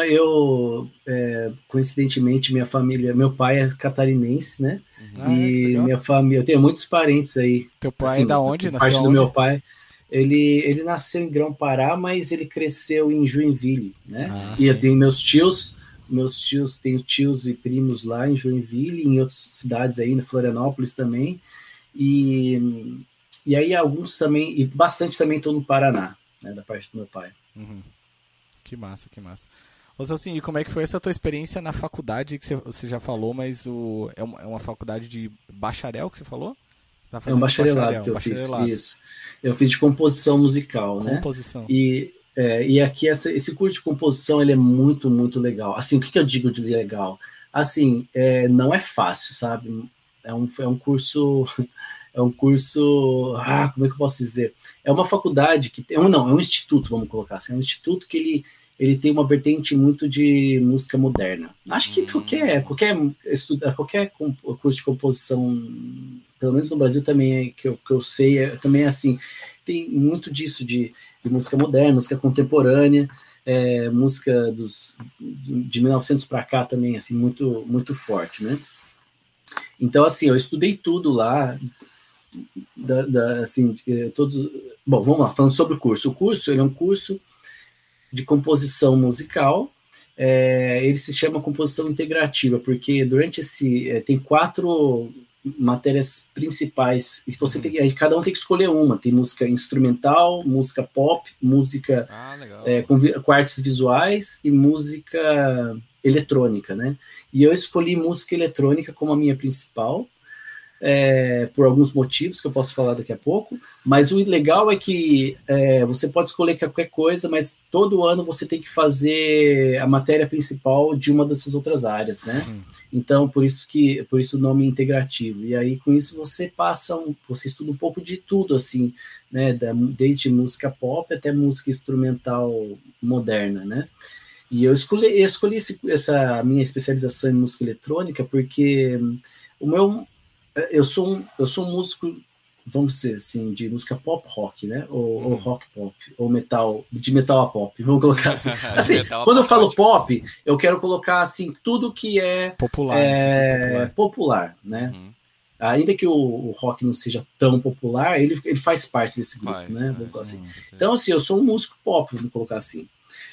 coincidentemente, minha família, meu pai é catarinense, né? E minha família, eu tenho muitos parentes aí. Teu pai é da onde? Parte do meu pai, ele nasceu em Grão-Pará, mas ele cresceu em Joinville, né? E eu tenho tenho tios e primos lá em Joinville, em outras cidades aí, no Florianópolis também. E aí alguns também, e bastante também estão no Paraná, né? Da parte do meu pai. Uhum. Que massa. Ô, Celcinho, e como é que foi essa tua experiência na faculdade, que você já falou, mas é uma faculdade de bacharel que você falou? É um bacharelado que eu fiz, isso. Eu fiz de composição musical, né? Composição. E aqui esse curso de composição, ele é muito, muito legal. Assim, o que eu digo de legal? Assim, não é fácil, sabe? É um curso... É um curso... como é que eu posso dizer? É uma faculdade que... é um instituto, vamos colocar assim. É um instituto que ele tem uma vertente muito de música moderna. Acho que qualquer curso de composição, pelo menos no Brasil também, que eu sei, também é assim. Tem muito disso de música moderna, música contemporânea, música de 1900 para cá também, assim, muito, muito forte, né? Então, assim, eu estudei tudo lá... Bom, vamos lá, falando sobre o curso. O curso, ele é um curso de composição musical, ele se chama composição integrativa, porque durante tem 4 matérias principais, e cada um tem que escolher uma. Tem música instrumental, música pop, música com artes visuais e música eletrônica, né? E eu escolhi música eletrônica como a minha principal, por alguns motivos que eu posso falar daqui a pouco, mas o legal é que você pode escolher qualquer coisa, mas todo ano você tem que fazer a matéria principal de uma dessas outras áreas, né? Então, por isso o nome integrativo. E aí, com isso, você estuda um pouco de tudo, assim, né? Desde música pop até música instrumental moderna, né? E eu escolhi essa minha especialização em música eletrônica porque eu sou um músico, vamos dizer assim, de música pop rock, né? Ou rock pop, ou de metal a pop, vamos colocar assim. Assim, quando eu falo pop, eu quero colocar assim tudo que é popular, né? Ainda que o rock não seja tão popular, ele faz parte desse grupo, né? Vamos colocar assim. Então, assim, eu sou um músico pop, vamos colocar assim.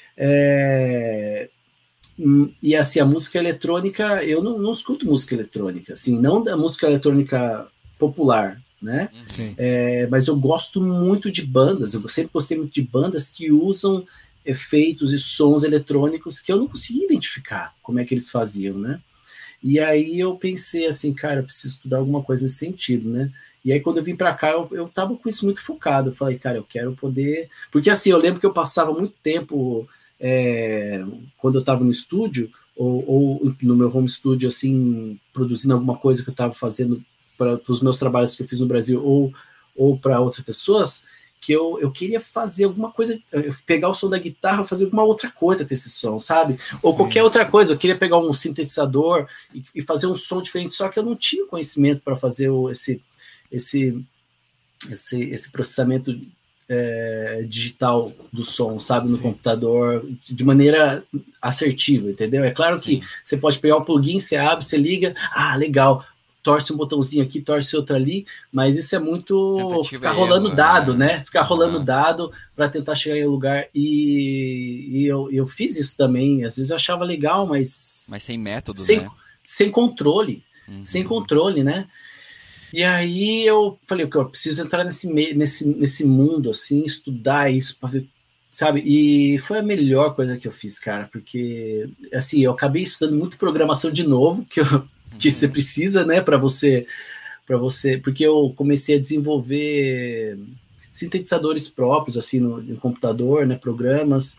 E assim, a música eletrônica, eu não escuto música eletrônica, assim, não da música eletrônica popular, né? Mas eu gosto muito de bandas, eu sempre gostei muito de bandas que usam efeitos e sons eletrônicos que eu não conseguia identificar como é que eles faziam, né? E aí eu pensei assim, cara, eu preciso estudar alguma coisa nesse sentido, né? E aí quando eu vim para cá, eu tava com isso muito focado, eu falei, cara, eu quero poder... Porque assim, eu lembro que eu passava muito tempo... quando eu estava no estúdio ou no meu home studio, assim, produzindo alguma coisa que eu estava fazendo para os meus trabalhos que eu fiz no Brasil ou para outras pessoas, que eu queria fazer alguma coisa, pegar o som da guitarra, fazer alguma outra coisa com esse som, sabe? Ou qualquer outra coisa, eu queria pegar um sintetizador e fazer um som diferente, só que eu não tinha conhecimento para fazer esse processamento digital do som, sabe, no computador, de maneira assertiva, entendeu? É claro que você pode pegar um plugin, você abre, você liga, legal, torce um botãozinho aqui, torce outro ali, mas isso é muito ficar rolando dado, né? Ficar rolando dado para tentar chegar em um lugar, e eu fiz isso também, às vezes eu achava legal, mas sem método, sem controle. sem controle, né? E aí eu falei, eu preciso entrar nesse mundo, assim, estudar isso para ver, sabe? E foi a melhor coisa que eu fiz, cara, porque, assim, eu acabei estudando muito programação de novo, que você precisa, né, para você, porque eu comecei a desenvolver sintetizadores próprios, assim, no computador, né, programas,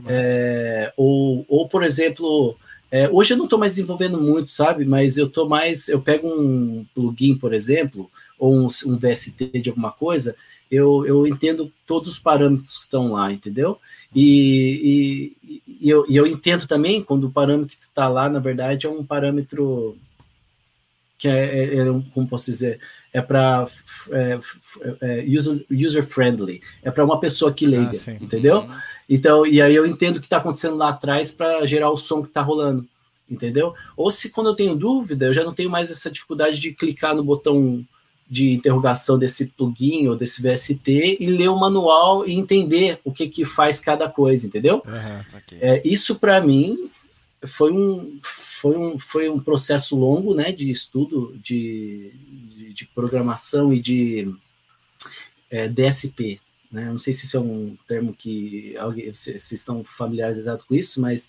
ou, por exemplo... hoje eu não estou mais desenvolvendo muito, sabe? Mas eu pego um plugin, por exemplo, ou um VST de alguma coisa, eu entendo todos os parâmetros que estão lá, entendeu? E eu entendo também quando o parâmetro que está lá, na verdade, é um parâmetro que como posso dizer, é para user-friendly, é para uma pessoa que leiga, entendeu? Então, e aí eu entendo o que está acontecendo lá atrás para gerar o som que está rolando, entendeu? Ou se quando eu tenho dúvida, eu já não tenho mais essa dificuldade de clicar no botão de interrogação desse plugin ou desse VST e ler o manual e entender o que faz cada coisa, entendeu? Isso para mim foi um processo longo, né, de estudo de programação e de DSP. Né? Não sei se isso é um termo que vocês estão familiarizados com isso, mas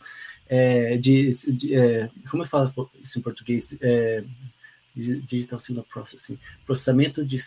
como eu falo isso em português? Digital Signal Processing, processamento de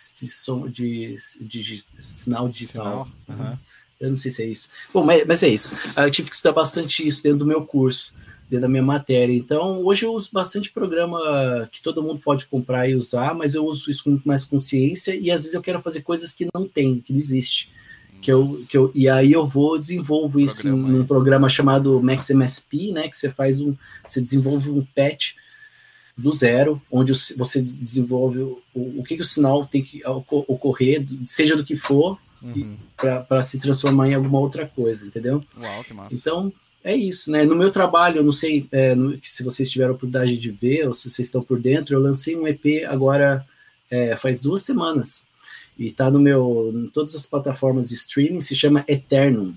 sinal digital. Eu não sei se é isso. Bom, mas é isso. Eu tive que estudar bastante isso dentro do meu curso, dentro da minha matéria. Então, hoje eu uso bastante programa que todo mundo pode comprar e usar, mas eu uso isso com muito mais consciência e às vezes eu quero fazer coisas que não tem, que não existe. E aí eu desenvolvo isso num programa chamado MaxMSP, né, que você desenvolve um patch do zero, onde você desenvolve o que o sinal tem que ocorrer, seja do que for, para se transformar em alguma outra coisa, entendeu? Uau, que massa. Então, é isso, né? No meu trabalho, eu não sei se vocês tiveram a oportunidade de ver, ou se vocês estão por dentro, eu lancei um EP agora faz 2 semanas, e tá em todas as plataformas de streaming, se chama Eternum.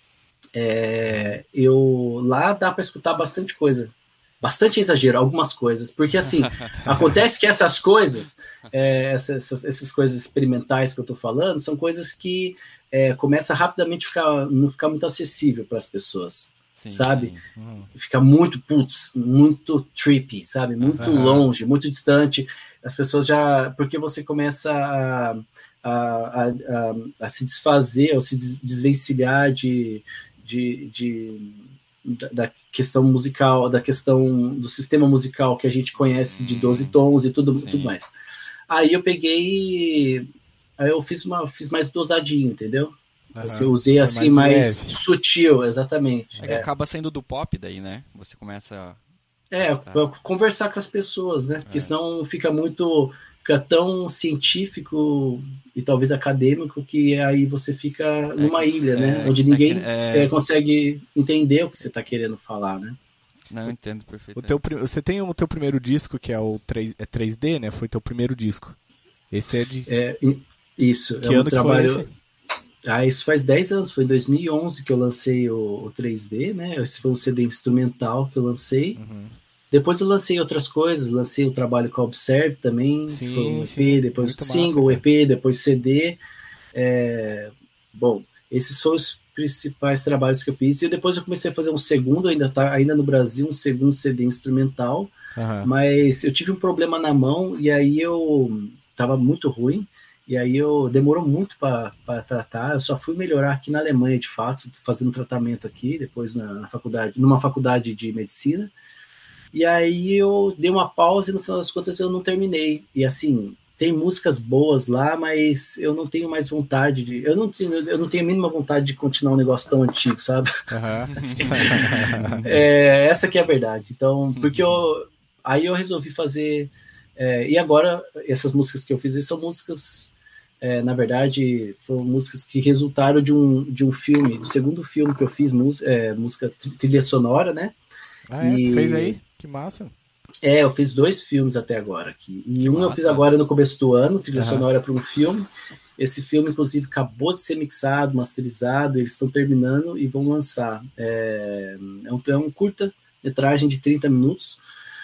Lá dá para escutar bastante coisa, bastante exagero, algumas coisas, porque assim, acontece que essas coisas, essas coisas experimentais que eu tô falando, são coisas que começa rapidamente não ficar muito acessível para as pessoas, sabe? Fica muito trippy, sabe? Muito longe, muito distante, as pessoas porque você começa a se desfazer, ou se desvencilhar da questão musical, da questão do sistema musical que a gente conhece de 12 tons e tudo mais. Aí eu fiz mais dosadinho, entendeu? Eu usei assim mais sutil, exatamente. Acaba saindo do pop daí, né? Você começa conversar com as pessoas, né? Porque senão fica tão científico e talvez acadêmico que aí você fica numa ilha, né? Onde ninguém consegue entender o que você está querendo falar, né? Não, eu entendo perfeitamente. Você tem o teu primeiro disco, que é o 3D, né? Foi teu primeiro disco. Esse é de... Isso. Que ano trabalho... que foi esse? Isso faz 10 anos. Foi em 2011 que eu lancei o 3D, né? Esse foi um CD instrumental que eu lancei. Depois eu lancei outras coisas, lancei o trabalho com a Observe também, que foi um EP, depois single, massa, EP, depois CD. Bom, esses foram os principais trabalhos que eu fiz, e depois eu comecei a fazer um segundo, ainda no Brasil, um segundo CD instrumental, mas eu tive um problema na mão, e aí eu tava muito ruim, e aí demorou muito para tratar. Eu só fui melhorar aqui na Alemanha, de fato, fazendo tratamento aqui, depois numa faculdade de medicina. E aí eu dei uma pausa e no final das contas eu não terminei. E assim, tem músicas boas lá, mas eu não tenho mais vontade eu não tenho a mínima vontade de continuar um negócio tão antigo, sabe? Assim, essa que é a verdade. Então, porque aí eu resolvi fazer... e agora, essas músicas que eu fiz são músicas... na verdade, foram músicas que resultaram de um filme, do segundo filme que eu fiz, música trilha sonora, né? Você fez aí? Que massa. Eu fiz 2 filmes até agora aqui. E eu fiz agora no começo do ano, trilha sonora para um filme. Esse filme, inclusive, acabou de ser mixado, masterizado, eles estão terminando e vão lançar. É um curta-metragem de 30 minutos.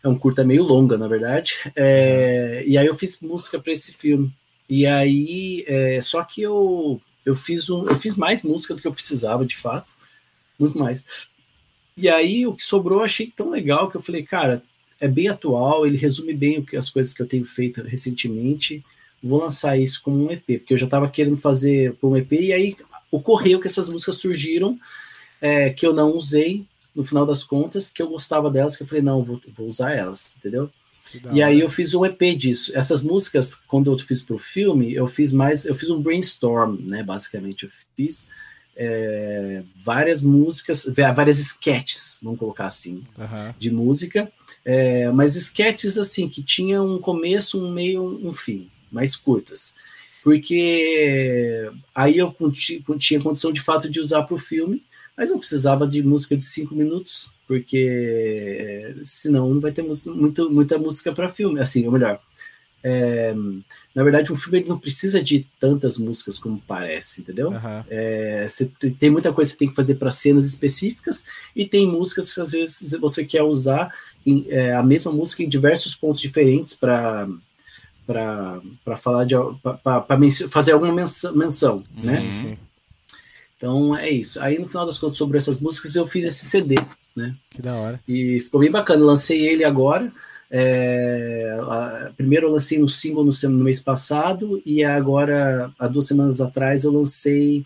É um curta meio longa, na verdade. E aí eu fiz música para esse filme. E aí, só que eu fiz mais música do que eu precisava, de fato. Muito mais. E aí, o que sobrou eu achei tão legal que eu falei, cara, é bem atual, ele resume bem as coisas que eu tenho feito recentemente. Vou lançar isso como um EP, porque eu já estava querendo fazer um EP, e aí ocorreu que essas músicas surgiram, que eu não usei, no final das contas, que eu gostava delas, que eu falei, não, vou usar elas, entendeu? E aí eu fiz um EP disso. Essas músicas, quando eu fiz pro filme, eu fiz um brainstorm, né, basicamente. Eu fiz várias músicas, várias sketches, vamos colocar assim, de música, mas sketches assim, que tinham um começo, um meio, um fim, mais curtas. Porque aí eu tinha condição de fato de usar pro filme, mas não precisava de música de 5 minutos, porque senão não vai ter muita música para filme, assim, ou melhor, na verdade um filme ele não precisa de tantas músicas como parece, entendeu? Tem muita coisa que você tem que fazer para cenas específicas, e tem músicas que às vezes você quer usar a mesma música em diversos pontos diferentes para falar para fazer alguma menção, né? Sim. Então é isso. Aí no final das contas, sobre essas músicas, eu fiz esse CD, né? Que da hora. E ficou bem bacana. Lancei ele agora. Primeiro eu lancei um single no mês passado, e agora, há 2 semanas atrás, eu lancei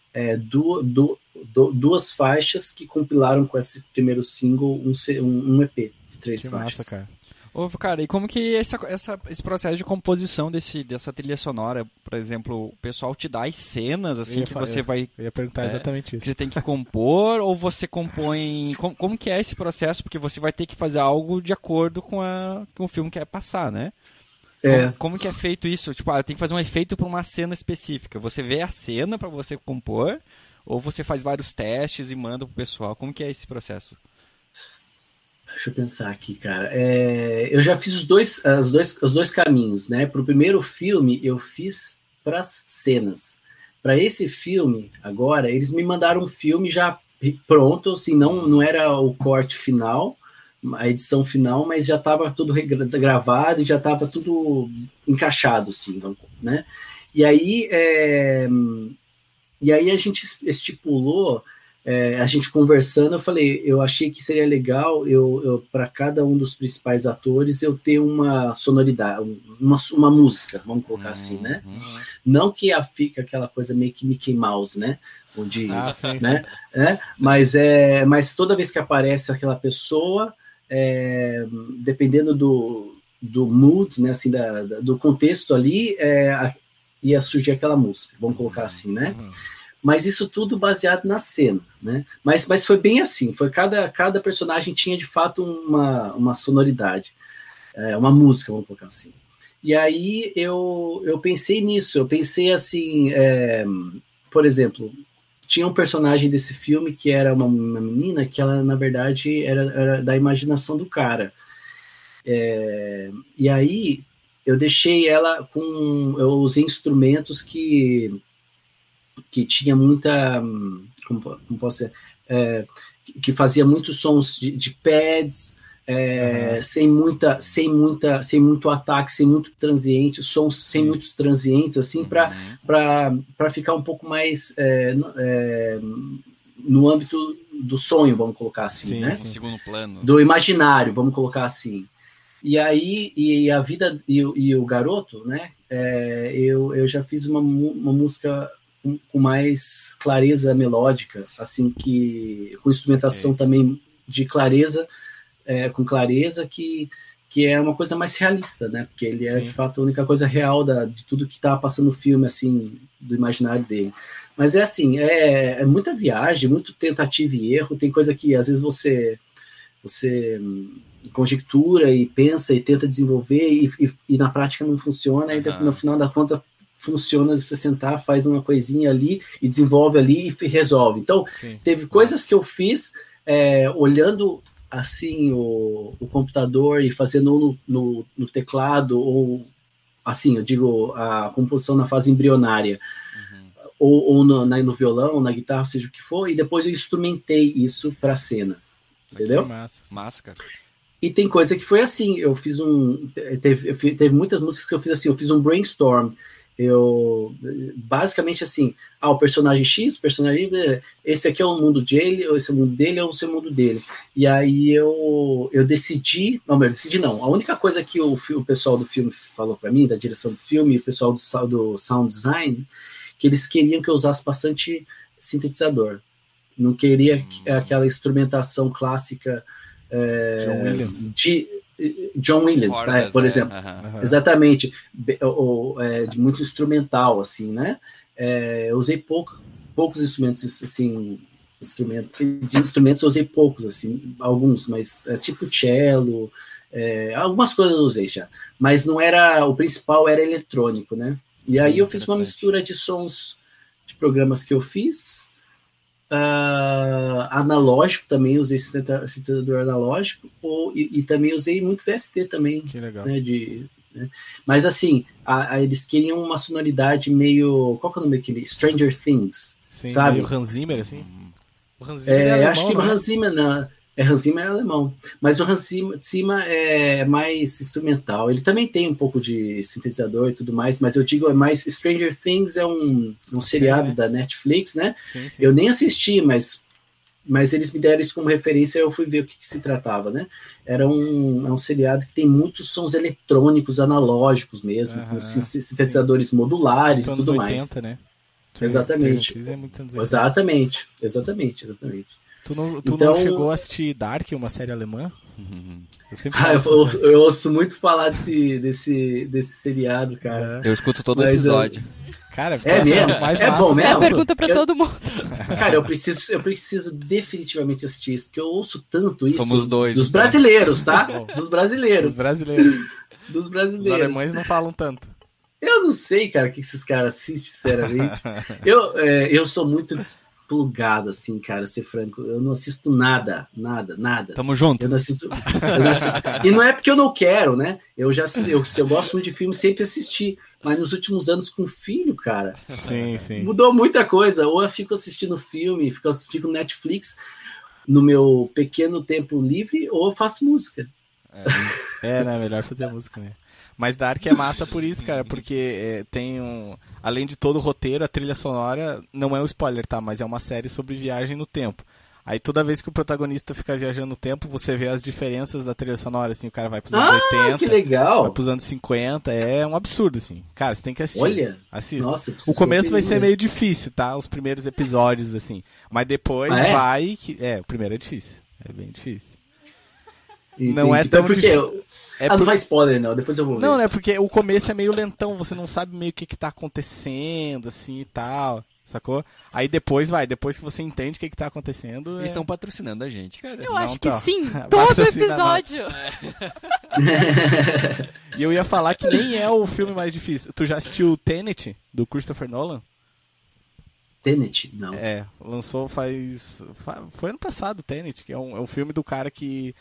duas faixas que compilaram com esse primeiro single um EP de 3 faixas. Massa, cara. Cara, e como que esse processo de composição dessa trilha sonora, por exemplo, o pessoal te dá as cenas, assim, que você vai... Eu ia perguntar exatamente isso. Que você tem que compor, ou você compõe... Como que é esse processo? Porque você vai ter que fazer algo de acordo com o filme que quer passar, né? Como que é feito isso? Tipo, tem que fazer um efeito para uma cena específica. Você vê a cena para você compor, ou você faz vários testes e manda pro pessoal? Como que é esse processo? Deixa eu pensar aqui, cara. Eu já fiz os dois caminhos, né? Para o primeiro filme, eu fiz para as cenas. Para esse filme, agora, eles me mandaram um filme já pronto, assim, não era o corte final, a edição final, mas já estava tudo gravado e já estava tudo encaixado, assim, né? E aí a gente estipulou... a gente conversando, eu achei que seria legal eu para cada um dos principais atores eu ter uma sonoridade, uma música, vamos colocar assim, né? Não que fique aquela coisa meio que Mickey Mouse, né? Onde, sim, né? Mas toda vez que aparece aquela pessoa, dependendo do mood, né? Assim, do contexto ali, ia surgir aquela música, vamos colocar assim, né? Mas isso tudo baseado na cena, né? Mas foi bem assim, cada personagem tinha de fato uma sonoridade, uma música, vamos colocar assim. E aí eu pensei nisso, eu pensei assim, por exemplo, tinha um personagem desse filme que era uma menina que ela, na verdade, era da imaginação do cara. E aí eu deixei ela eu usei instrumentos que tinha muita, como posso dizer, que fazia muitos sons de pads, sem muito ataque, sem muito transiente, sons sem muitos transientes, assim, para ficar um pouco mais no âmbito do sonho, vamos colocar assim, né? Sim. Segundo plano. Do imaginário, vamos colocar assim. E aí, a vida e o garoto, né? Eu já fiz uma música com mais clareza melódica, assim, com instrumentação também de clareza, com clareza, que é uma coisa mais realista, né? Porque ele é, de fato, a única coisa real de tudo que tá passando no filme, assim, do imaginário dele. Mas assim, é muita viagem, muito tentativa e erro, tem coisa que, às vezes, você conjectura e pensa e tenta desenvolver e na prática não funciona, e no final da conta funciona, você sentar, faz uma coisinha ali e desenvolve ali e resolve. Então, teve coisas que eu fiz olhando assim o computador e fazendo no teclado, ou assim, eu digo, a composição na fase embrionária, ou no violão, na guitarra, seja o que for, e depois eu instrumentei isso para a cena. Entendeu? Massa, cara. E tem coisa que foi assim, eu fiz teve muitas músicas que eu fiz assim, eu fiz um brainstorm, basicamente assim, o personagem X, o personagem Y, esse aqui é o mundo dele, ou esse é o mundo dele, ou esse é o mundo dele. E aí eu decidi, não, a única coisa que o pessoal do filme falou para mim, da direção do filme, o pessoal do sound design, que eles queriam que eu usasse bastante sintetizador. Não queria aquela instrumentação clássica John Williams, Cordas, por exemplo. Exatamente. De muito instrumental, assim, né? Eu usei poucos instrumentos, assim, de instrumentos eu usei poucos, assim, alguns, mas tipo cello, algumas coisas eu usei já, mas não era, o principal era eletrônico, né? E aí eu fiz uma mistura de sons de programas que eu fiz, analógico também, usei sintetizador analógico, e também usei muito VST também. Que legal. Né, né? Mas assim, eles queriam uma sonoridade meio, qual que é o nome daquele? Stranger Things. Sim, sabe? Meio Hans Zimmer, assim. O Hans Zimmer é alemão, acho que o Hans Zimmer não. Hans Zimmer é alemão, mas o Hans Zimmer é mais instrumental. Ele também tem um pouco de sintetizador e tudo mais, mas eu digo, é mais Stranger Things, é um seriado da Netflix, né? Sim. Eu nem assisti, mas eles me deram isso como referência, eu fui ver o que se tratava, né? Era um seriado que tem muitos sons eletrônicos, analógicos mesmo, com sintetizadores modulares e tudo 80, mais. Né? Exatamente. É muito Exatamente. Tu não chegou a assistir Dark, uma série alemã? Eu sempre eu ouço muito falar desse seriado, cara. Eu escuto todo episódio. Cara, mesmo? Bom mesmo? É a pergunta pra todo mundo. Cara, eu preciso definitivamente assistir isso, porque eu ouço tanto isso. Somos dois. Dos brasileiros, tá? Dos brasileiros. Dos brasileiros. Os alemães não falam tanto. Eu não sei, cara, o que esses caras assistem, sinceramente. Eu sou muito plugado, assim, cara, ser franco. Eu não assisto nada. Tamo junto. Eu não assisto. E não é porque eu não quero, né? Eu gosto muito de filme, sempre assisti. Mas nos últimos anos com filho, cara, sim. Mudou muita coisa. Ou eu fico assistindo filme, fico no Netflix no meu pequeno tempo livre, ou eu faço música. Né? Melhor fazer música, né? Mas Dark é massa por isso, cara, porque tem além de todo o roteiro, a trilha sonora não é um spoiler, tá? Mas é uma série sobre viagem no tempo. Aí toda vez que o protagonista fica viajando no tempo, você vê as diferenças da trilha sonora, assim, o cara vai pros anos 80, que legal. vai pros anos 50, é um absurdo, assim. Cara, você tem que assistir. Olha, assista. Nossa, o começo vai ser meio difícil, tá? Os primeiros episódios, assim. Mas depois vai que... o primeiro é difícil. É bem difícil. Entendi. Não é tão difícil. Não faz spoiler, não. Depois eu vou ver. Não, é porque o começo é meio lentão, você não sabe meio o que tá acontecendo, assim, e tal... Sacou? Aí depois que você entende o que tá acontecendo... Eles estão patrocinando a gente, cara. Eu acho que sim, todo episódio. E eu ia falar que nem é o filme mais difícil. Tu já assistiu Tenet, do Christopher Nolan? Tenet? Não. Lançou foi ano passado, Tenet, que é um filme do cara que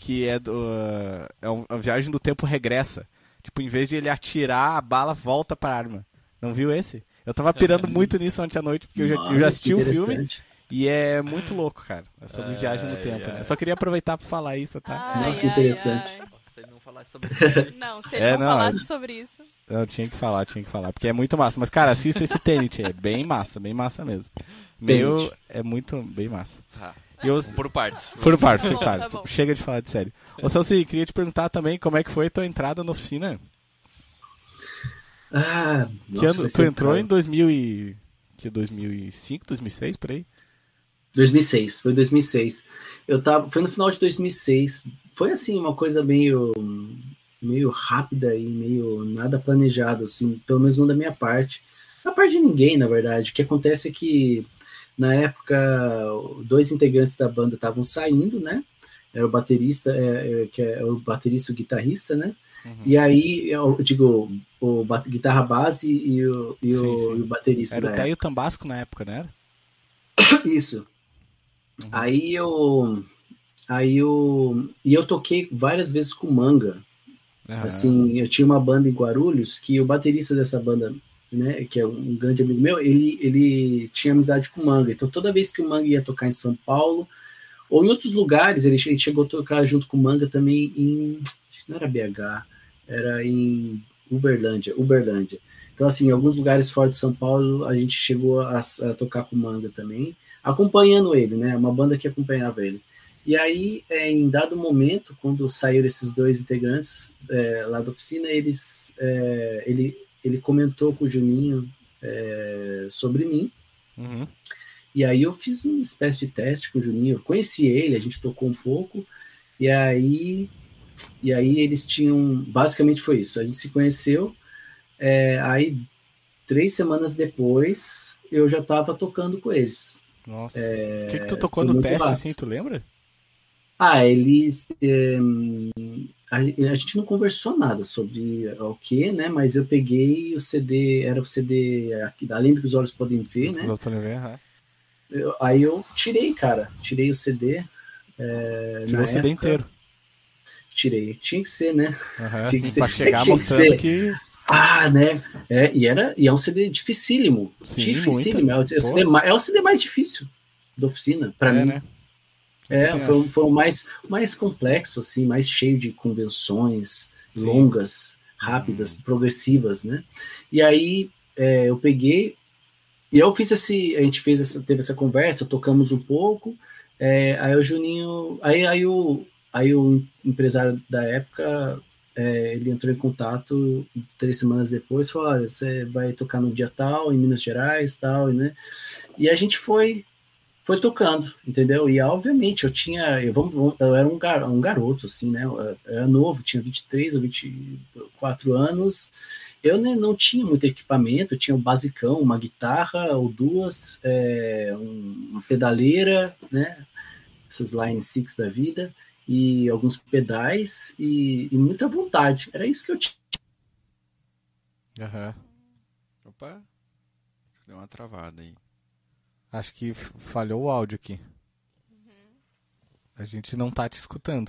é uma viagem do tempo regressa. Tipo, em vez de ele atirar, a bala volta pra arma. Não viu esse? Eu tava pirando muito nisso ontem à noite, porque eu já assisti o filme e é muito louco, cara. É sobre viagem no tempo, né? Eu só queria aproveitar pra falar isso, tá? Nossa, que interessante. Se ele não falasse sobre isso. Não, se ele não falasse sobre isso. Eu tinha que falar, porque é muito massa. Mas, cara, assista esse Tenet, é bem massa mesmo. É muito bem massa. Tá. Por partes. Tá bom. Chega de falar de sério. Ô, Celci, queria te perguntar também como é que foi a tua entrada na oficina. Tu entrou em 2005, 2006, por aí? 2006, foi 2006. Foi no final de 2006. Foi assim, uma coisa meio rápida e meio nada planejado, assim, pelo menos não da minha parte. Da parte de ninguém, na verdade. O que acontece é que, na época, 2 integrantes da banda estavam saindo, né? Era o baterista, que é o baterista e o guitarrista, né? Uhum. E aí, eu digo, guitarra base e o baterista. Era o Caio Tambasco na época, né? Isso. Uhum. Aí eu toquei várias vezes com Manga. Uhum. Assim, eu tinha uma banda em Guarulhos que o baterista dessa banda, né, que é um grande amigo meu, ele tinha amizade com o Manga. Então, toda vez que o Manga ia tocar em São Paulo, Ou em outros lugares, ele chegou a tocar junto com o Manga também em, acho que não era BH, era em Uberlândia. Então, assim, em alguns lugares fora de São Paulo, a gente chegou a tocar com o Manga também, acompanhando ele, né? Uma banda que acompanhava ele. E aí, em dado momento, quando saíram esses dois integrantes lá da oficina, ele comentou com o Juninho sobre mim. Uhum. E aí eu fiz uma espécie de teste com o Juninho. Eu conheci ele, a gente tocou um pouco. E aí eles tinham... Basicamente foi isso. A gente se conheceu. Aí, 3 semanas depois, eu já estava tocando com eles. Nossa. O que tu tocou no teste, assim, tu lembra? Eles... a gente não conversou nada sobre o que, né? Mas eu peguei o CD, era o CD Além do que os Olhos Podem Ver, né? Os olhos podem ver, Aí eu tirei o CD. Tirou o CD inteiro. Tirei. Tinha que ser, né? Tinha que ser. Pra chegar mostrando que... né? E é um CD dificílimo. Sim, dificílimo. É o CD mais difícil da oficina, pra mim. Né? Foi o mais complexo, assim, mais cheio de convenções longas, rápidas, progressivas, né? E aí eu peguei e eu fiz a gente teve essa conversa, tocamos um pouco, aí o Juninho, aí o empresário da época, ele entrou em contato 3 semanas depois, falou, olha, você vai tocar no dia tal, em Minas Gerais, tal, né? E a gente foi tocando, entendeu? E obviamente eu era um garoto, assim, né? Eu era novo, tinha 23 ou 24 anos. Eu não tinha muito equipamento, eu tinha um basicão, uma guitarra ou duas, uma pedaleira, né? Essas Line 6 da vida, e alguns pedais e muita vontade. Era isso que eu tinha. Opa, deu uma travada aí. Acho que falhou o áudio aqui. A gente não tá te escutando.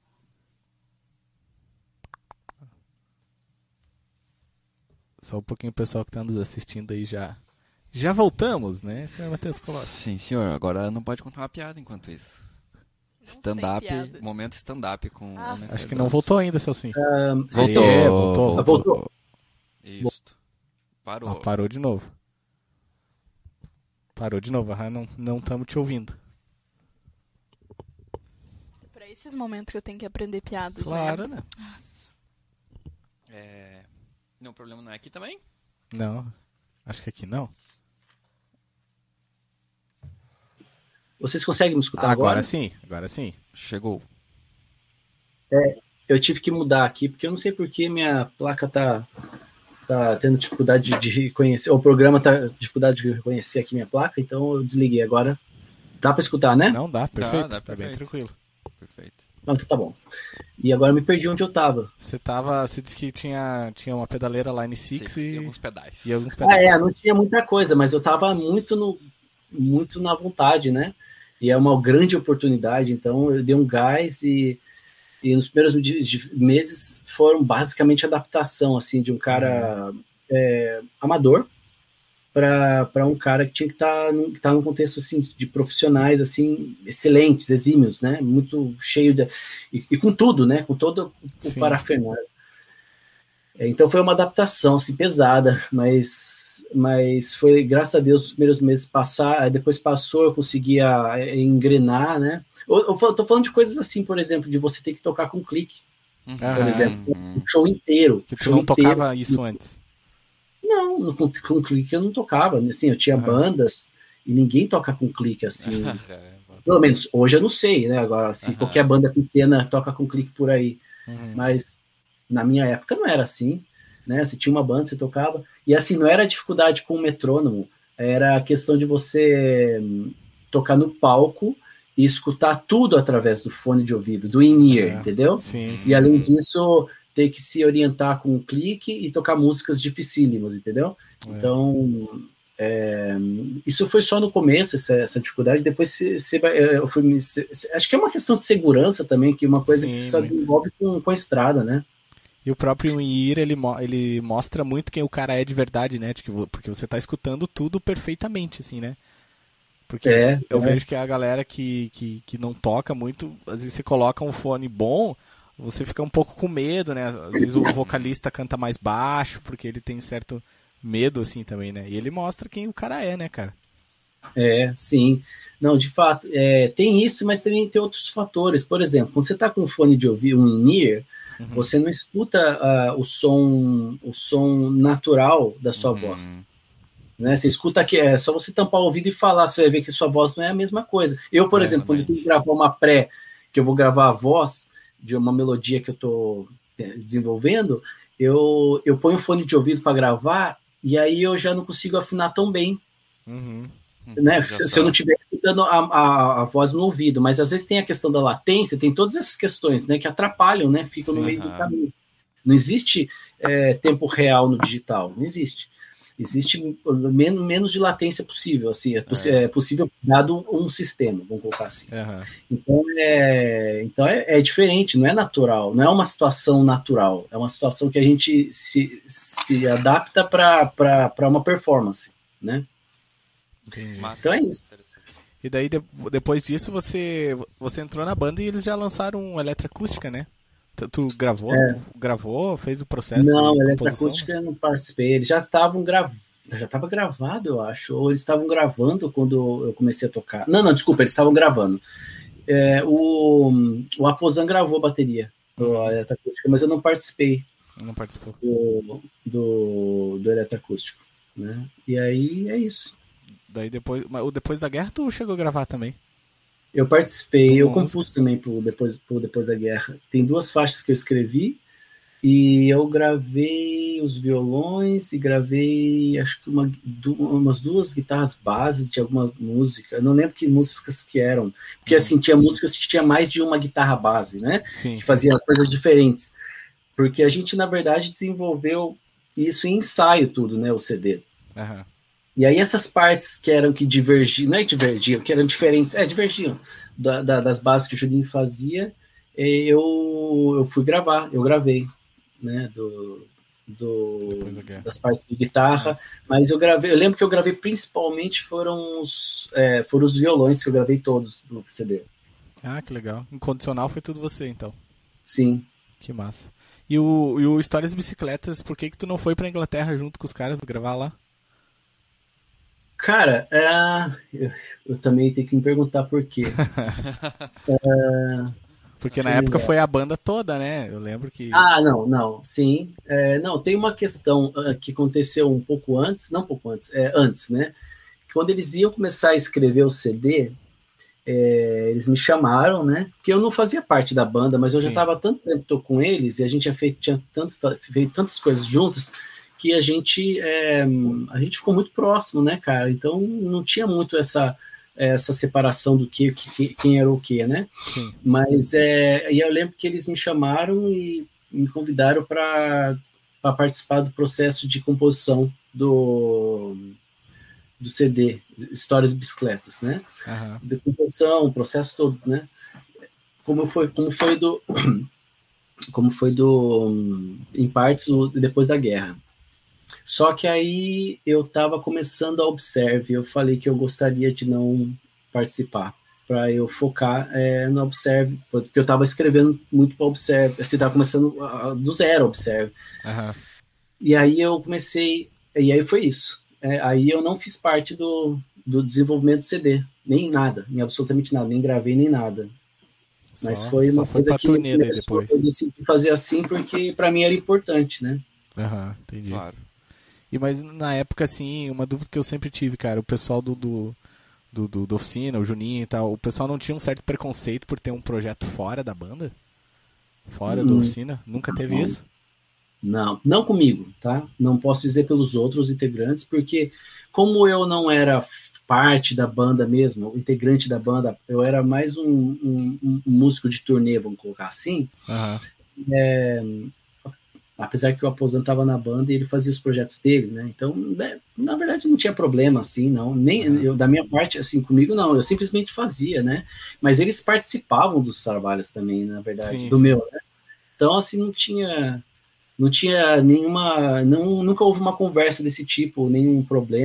Só um pouquinho o pessoal que tá nos assistindo aí já. Já voltamos, né, senhor Matheus Colossi? Sim, senhor. Agora não pode contar uma piada enquanto isso. Stand-up, momento stand-up com... Acho que não voltou ainda, Celcinho. Voltou. Isso. Parou. Parou de novo. Não estamos te ouvindo. É pra esses momentos que eu tenho que aprender piadas, claro, né? Nossa. Não, o problema não é aqui também? Não, acho que aqui não. Vocês conseguem me escutar agora? Agora sim. Chegou. Eu tive que mudar aqui, porque eu não sei por que minha placa tá tendo dificuldade de reconhecer, o programa tá dificuldade de reconhecer aqui minha placa, então eu desliguei agora. Dá para escutar, né? Não, dá, perfeito, dá tá bem tranquilo. Perfeito. Não, então tá bom. E agora eu me perdi onde eu tava. Você disse que tinha uma pedaleira Line 6 e alguns pedais. Não tinha muita coisa, mas eu tava muito na vontade, né? E é uma grande oportunidade, então eu dei um gás e nos primeiros meses foram basicamente adaptação, assim, de um cara amador para um cara que tinha que estar num contexto, assim, de profissionais, assim, excelentes, exímios, né? Muito cheio e com tudo, né? Com todo o parafernália. Então foi uma adaptação, assim, pesada, mas foi, graças a Deus, os primeiros meses depois passou, eu conseguia engrenar, né? Eu tô falando de coisas assim, por exemplo, de você ter que tocar com clique, por exemplo, um show inteiro. Que tu não tocava isso antes? Não, com clique eu não tocava, assim, eu tinha bandas e ninguém toca com clique, assim. Pelo menos hoje eu não sei, né? Agora, assim, qualquer banda pequena toca com clique por aí, mas na minha época não era assim, né? Você tinha uma banda, você tocava, e assim, não era dificuldade com o metrônomo, era a questão de você tocar no palco e escutar tudo através do fone de ouvido, do in-ear, entendeu? Sim. E além disso, ter que se orientar com um clique e tocar músicas dificílimas, entendeu? Então, isso foi só no começo, essa dificuldade, depois você vai... acho que é uma questão de segurança também, que é uma coisa que só envolve com a estrada, né? E o próprio in-ear, ele mostra muito quem o cara é de verdade, né? Porque você tá escutando tudo perfeitamente, assim, né? Porque eu vejo que a galera que não toca muito, às vezes você coloca um fone bom, você fica um pouco com medo, né? Às vezes o vocalista canta mais baixo, porque ele tem certo medo, assim, também, né? E ele mostra quem o cara é, né, cara? Sim. Não, de fato, tem isso, mas também tem outros fatores. Por exemplo, quando você tá com um fone de ouvido, um in-ear, você não escuta o som natural da sua voz. Né? Você escuta aqui, é só você tampar o ouvido e falar, você vai ver que sua voz não é a mesma coisa. Eu, por exemplo, quando eu tenho que gravar uma pré, que eu vou gravar a voz de uma melodia que eu estou desenvolvendo, eu ponho o fone de ouvido para gravar e aí eu já não consigo afinar tão bem. Né? Se eu não estiver escutando a voz no ouvido, mas às vezes tem a questão da latência, tem todas essas questões, né, que atrapalham, né, ficam no meio do caminho. Não existe tempo real no digital, não existe. Existe menos de latência possível, assim, é possível dado um sistema, vamos colocar assim. Então é diferente, não é natural, não é uma situação natural, é uma situação que a gente se adapta para uma performance, né? Então é isso. E daí, depois disso, você entrou na banda e eles já lançaram um Eletroacústica, né? Tu gravou, fez o processo? Não, Eletroacústica eu não participei. Eles já estavam já estava gravado, eu acho. Ou eles estavam gravando quando eu comecei a tocar. Não, desculpa, eles estavam gravando. O Aposan gravou a bateria do Eletroacústica, mas eu não participei. Não participou. Do Eletroacústico, né? E aí é isso. Daí depois da guerra tu chegou a gravar também? Eu participei, eu compus também pro depois da guerra. Tem 2 faixas que eu escrevi e eu gravei os violões e gravei acho que umas 2 guitarras bases de alguma música. Eu não lembro que músicas que eram, porque assim tinha músicas que tinha mais de uma guitarra base, né? Sim, que fazia coisas diferentes. Porque a gente na verdade desenvolveu isso em ensaio tudo, né? O CD. E aí essas partes que eram que divergiam, não é divergiam, que eram diferentes, divergiam das bases que o Julinho fazia, eu fui gravar, eu gravei, né, das partes de guitarra, mas eu lembro que eu gravei principalmente foram os violões que eu gravei todos no CD. Ah, que legal. Incondicional foi tudo você, então. Sim. Que massa. E o Histórias de Bicicletas, por que tu não foi pra Inglaterra junto com os caras gravar lá? Cara, eu também tenho que me perguntar por quê. Porque na época foi a banda toda, né? Eu lembro que... não, sim. Não, tem uma questão que aconteceu um pouco antes, antes, né? Quando eles iam começar a escrever o CD, eles me chamaram, né? Porque eu não fazia parte da banda, mas eu já estava há tanto tempo com eles e a gente tinha feito tantas coisas juntos que a gente ficou muito próximo, né, cara? Então não tinha muito essa separação do quem era o que, né? Sim. Mas e eu lembro que eles me chamaram e me convidaram para participar do processo de composição do CD, Histórias de Bicicletas, né? De composição, o processo todo, né? Como foi em partes depois da guerra. Só que aí eu estava começando a Observe, eu falei que eu gostaria de não participar, para eu focar no Observe, porque eu estava escrevendo muito para Observe, assim, estava começando do zero Observe. E aí eu comecei, e aí foi isso. Aí eu não fiz parte do desenvolvimento do CD, nem nada, nem absolutamente nada, nem gravei, nem nada. Mas foi uma coisa que eu decidi fazer assim, porque para mim era importante, né? Entendi. Claro. Mas na época, assim, uma dúvida que eu sempre tive, cara, o pessoal do Oficina, o Juninho e tal, o pessoal não tinha um certo preconceito por ter um projeto fora da banda? Fora do Oficina? Nunca teve isso? Não comigo, tá? Não posso dizer pelos outros integrantes, porque como eu não era parte da banda mesmo, integrante da banda, eu era mais um músico de turnê, vamos colocar assim, apesar que o Aposan estava na banda e ele fazia os projetos dele, né? Então, na verdade, não tinha problema, assim, não. Nem eu, da minha parte, assim, comigo, não. Eu simplesmente fazia, né? Mas eles participavam dos trabalhos também, na verdade, meu, né? Então, assim, não tinha nenhuma... nunca houve uma conversa desse tipo, nenhum problema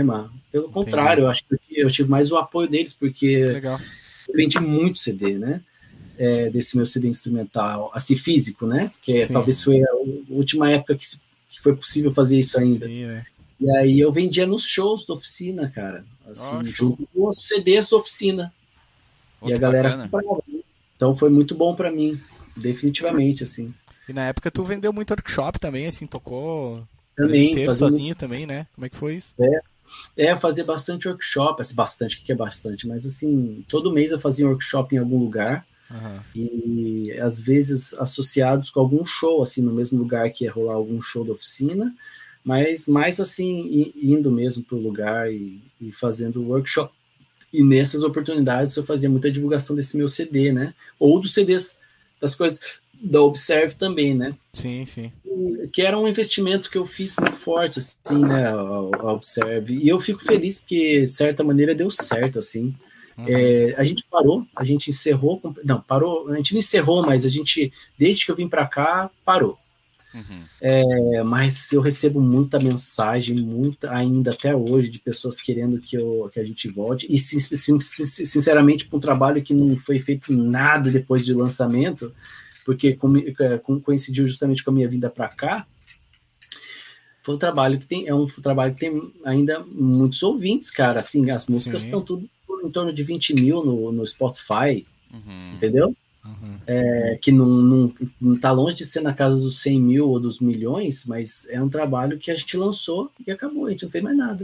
Pelo contrário, eu acho que eu tive mais o apoio deles, porque Legal. eu vendi muito CD, né? Desse meu CD instrumental, assim, físico, né? Que talvez foi a última época que foi possível fazer isso ainda. Sim, né? E aí eu vendia nos shows da oficina, cara. Assim, junto com os CDs da oficina. E a galera comprava. Então foi muito bom pra mim, definitivamente, assim. E na época tu vendeu muito workshop também, assim, tocou também sozinho também, né? Como é que foi isso? Fazer bastante workshop, assim, bastante, o que é bastante? Mas assim, todo mês eu fazia um workshop em algum lugar. Uhum. E às vezes associados com algum show, assim, no mesmo lugar que ia rolar algum show da oficina, mas mais assim, indo mesmo pro lugar e fazendo workshop. E nessas oportunidades eu fazia muita divulgação desse meu CD, né? Ou dos CDs, das coisas da Observe também, né? Sim. Que era um investimento que eu fiz muito forte, assim, né? A Observe. E eu fico feliz porque, de certa maneira, deu certo, assim. Uhum. A gente parou, a gente encerrou. Não, parou, a gente não encerrou, mas a gente, desde que eu vim para cá, parou. Uhum. Mas eu recebo muita mensagem, muita ainda até hoje, de pessoas querendo que a gente volte. E sinceramente, para um trabalho que não foi feito nada depois do lançamento, porque coincidiu justamente com a minha vinda para cá, foi um trabalho que tem ainda muitos ouvintes, cara. Assim, as músicas estão tudo em torno de 20 mil no Spotify, entendeu? Uhum. Que não tá longe de ser na casa dos 100 mil ou dos milhões, mas é um trabalho que a gente lançou e acabou, a gente não fez mais nada.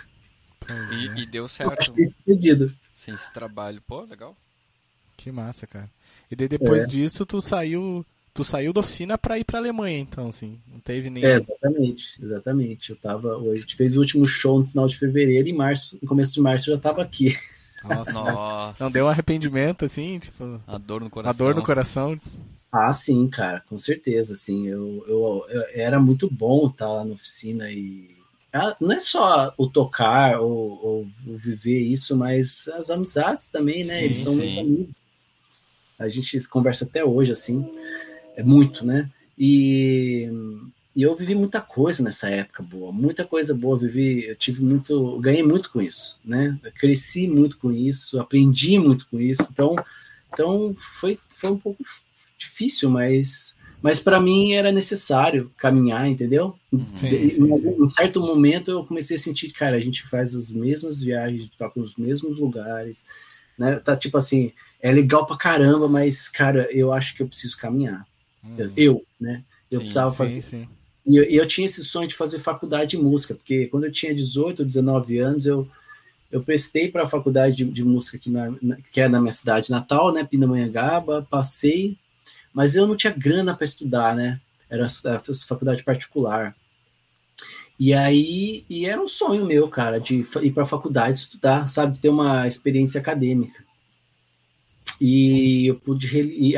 E deu certo. Sim, esse trabalho, pô, legal. Que massa, cara. E daí depois disso tu saiu da oficina pra ir pra Alemanha, então, assim, não teve nem... Exatamente. A gente fez o último show no final de fevereiro e no começo de março eu já tava aqui. Nossa. Não deu um arrependimento, assim, tipo... A dor no coração. Ah, sim, cara, com certeza, assim, eu era muito bom estar lá na oficina e... não é só o tocar ou viver isso, mas as amizades também, né? Eles são meus amigos. A gente conversa até hoje, assim, é muito, né? E eu vivi muita coisa nessa época boa, muita coisa boa, eu ganhei muito com isso, né? Eu cresci muito com isso, aprendi muito com isso, então foi um pouco difícil, mas para mim era necessário caminhar, entendeu? Em um certo momento eu comecei a sentir, cara, a gente faz as mesmas viagens, a gente toca nos mesmos lugares, né? Tá tipo assim, é legal pra caramba, mas, cara, eu acho que eu preciso caminhar. Eu precisava fazer. Sim. E eu tinha esse sonho de fazer faculdade de música, porque quando eu tinha 18 ou 19 anos, eu prestei para a faculdade de música que é na minha cidade natal, né? Pindamonhangaba, passei, mas eu não tinha grana para estudar, né? Era a faculdade particular. E aí era um sonho meu, cara, de ir para a faculdade estudar, sabe? De ter uma experiência acadêmica. E eu pude.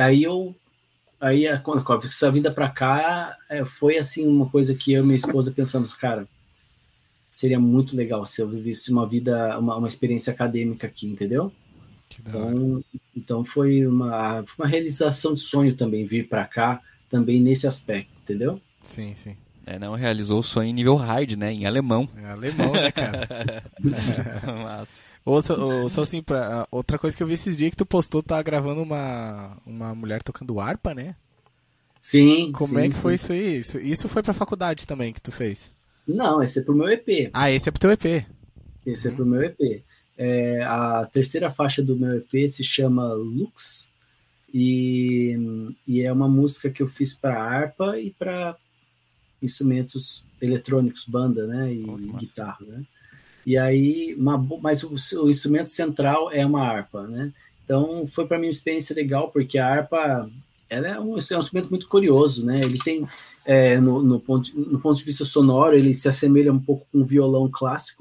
Com essa vinda para cá, foi assim uma coisa que eu e minha esposa pensamos, cara, seria muito legal se eu vivesse uma vida, uma experiência acadêmica aqui, entendeu? Então foi uma realização de sonho também vir para cá, também nesse aspecto, entendeu? Sim. Não realizou o sonho em nível hard, né? Em alemão. É alemão, né, cara? Massa. Ou assim, outra coisa que eu vi esses dias que tu postou, tá gravando uma mulher tocando harpa, né? Sim. Como é que foi isso aí? Isso foi pra faculdade também que tu fez? Não, esse é pro meu EP. Ah, esse é pro teu EP. Esse é pro meu EP. A terceira faixa do meu EP se chama Lux e é uma música que eu fiz para harpa e para instrumentos eletrônicos, banda, né, e guitarra, né? E aí, mas o instrumento central é uma harpa, né? Então foi para mim uma experiência legal, porque a harpa ela é um instrumento muito curioso, né? Ele tem no ponto de vista sonoro, ele se assemelha um pouco com o violão clássico.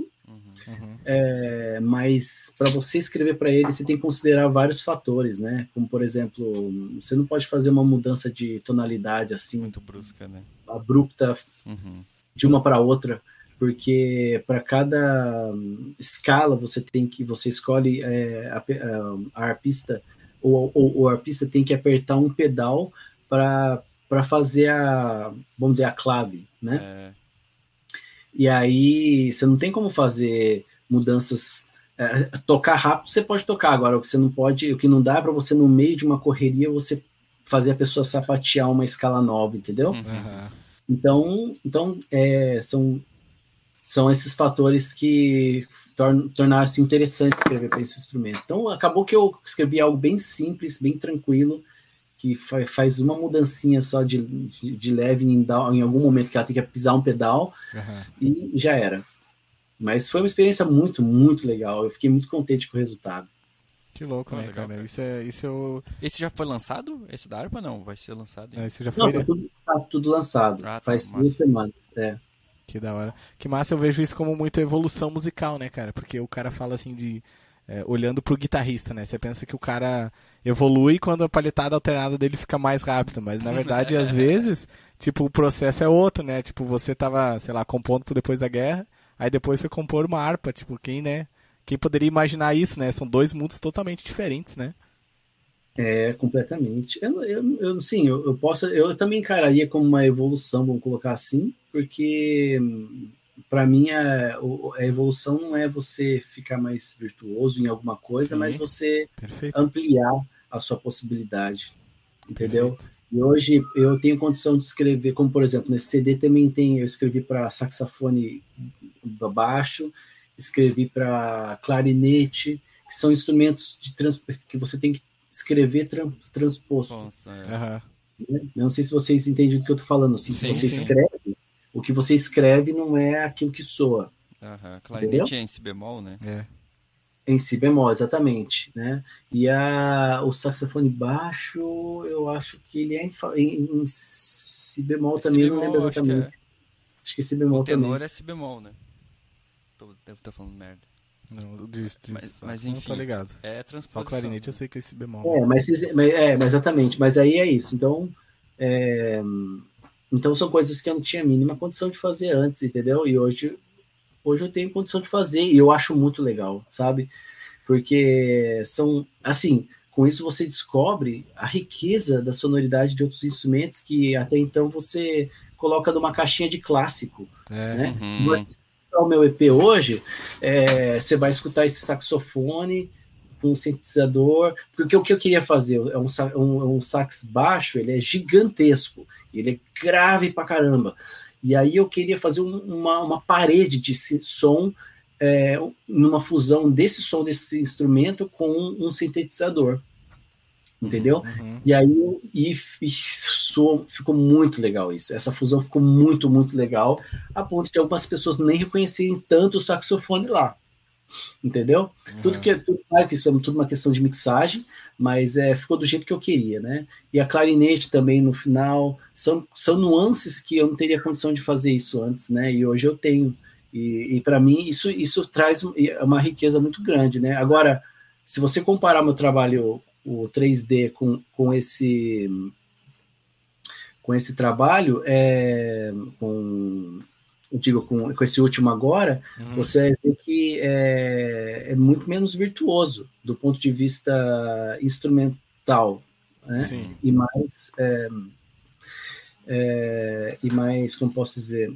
Mas para você escrever para ele, você tem que considerar vários fatores, né? Como, por exemplo, você não pode fazer uma mudança de tonalidade assim muito brusca, né? Abrupta de uma para outra, porque para cada escala você escolhe a arpista ou o arpista tem que apertar um pedal para fazer vamos dizer, a clave, né? E aí você não tem como fazer mudanças. Tocar rápido você pode tocar, agora o que você não pode, o que não dá é para você no meio de uma correria você fazer a pessoa sapatear uma escala nova, entendeu? Então são esses fatores que tornaram-se interessante escrever para esse instrumento. Então acabou que eu escrevi algo bem simples, bem tranquilo, que faz uma mudancinha só de leve em algum momento que ela tem que pisar um pedal e já era. Mas foi uma experiência muito, muito legal. Eu fiquei muito contente com o resultado. Que louco, né, legal, cara? cara. Esse já foi lançado? Esse da harpa não? Vai ser lançado? Esse já foi, não, tá tudo lançado. Faz 2 semanas. Que da hora. Que massa, eu vejo isso como muita evolução musical, né, cara? Porque o cara fala assim de... olhando pro guitarrista, né? Você pensa que o cara evolui quando a palhetada alternada dele fica mais rápida, mas na verdade, às vezes, tipo, o processo é outro, né? Tipo, você tava, sei lá, compondo pro Depois da Guerra, aí depois foi compor uma harpa, tipo, quem poderia imaginar isso, né? São 2 mundos totalmente diferentes, né? Completamente. Eu também encararia como uma evolução, vamos colocar assim, porque para mim a evolução não é você ficar mais virtuoso em alguma coisa, mas você ampliar a sua possibilidade, entendeu? Perfeito. E hoje eu tenho condição de escrever, como por exemplo, nesse CD também eu escrevi para saxofone baixo, escrevi para clarinete, que são instrumentos que você tem que escrever transposto. Nossa, Não sei se vocês entendem do que eu tô falando. Assim, se você escreve, o que você escreve não é aquilo que soa. Clarinete é em si bemol, né? Em si bemol, exatamente. Né? E o saxofone baixo, eu acho que ele é em si bemol também, eu não lembro exatamente. Acho que é si bemol também. O tenor é si bemol, né? Devo estar falando merda. Não, mas não enfim, tô ligado. É transposição. Só o clarinete eu sei que é si bemol. Mas exatamente. Mas aí é isso. Então são coisas que eu não tinha a mínima condição de fazer antes, entendeu? E hoje eu tenho condição de fazer e eu acho muito legal, sabe? Porque com isso você descobre a riqueza da sonoridade de outros instrumentos que até então você coloca numa caixinha de clássico, né? Mas o meu EP hoje, você vai escutar esse saxofone com um sintetizador, porque o que eu queria fazer é um sax baixo, ele é gigantesco, ele é grave pra caramba, e aí eu queria fazer uma parede de som, numa fusão desse som desse instrumento com um sintetizador, entendeu? E aí ficou muito legal isso. Essa fusão ficou muito, muito legal, a ponto de algumas pessoas nem reconhecerem tanto o saxofone lá, entendeu? Tudo claro que isso é tudo uma questão de mixagem, mas ficou do jeito que eu queria, né? E a clarinete também no final são nuances que eu não teria condição de fazer isso antes, né? E hoje eu tenho. E para mim isso traz uma riqueza muito grande, né? Agora, se você comparar meu trabalho, o 3D com esse trabalho, com esse último agora, você vê que é muito menos virtuoso do ponto de vista instrumental, né? Sim. E mais, como posso dizer,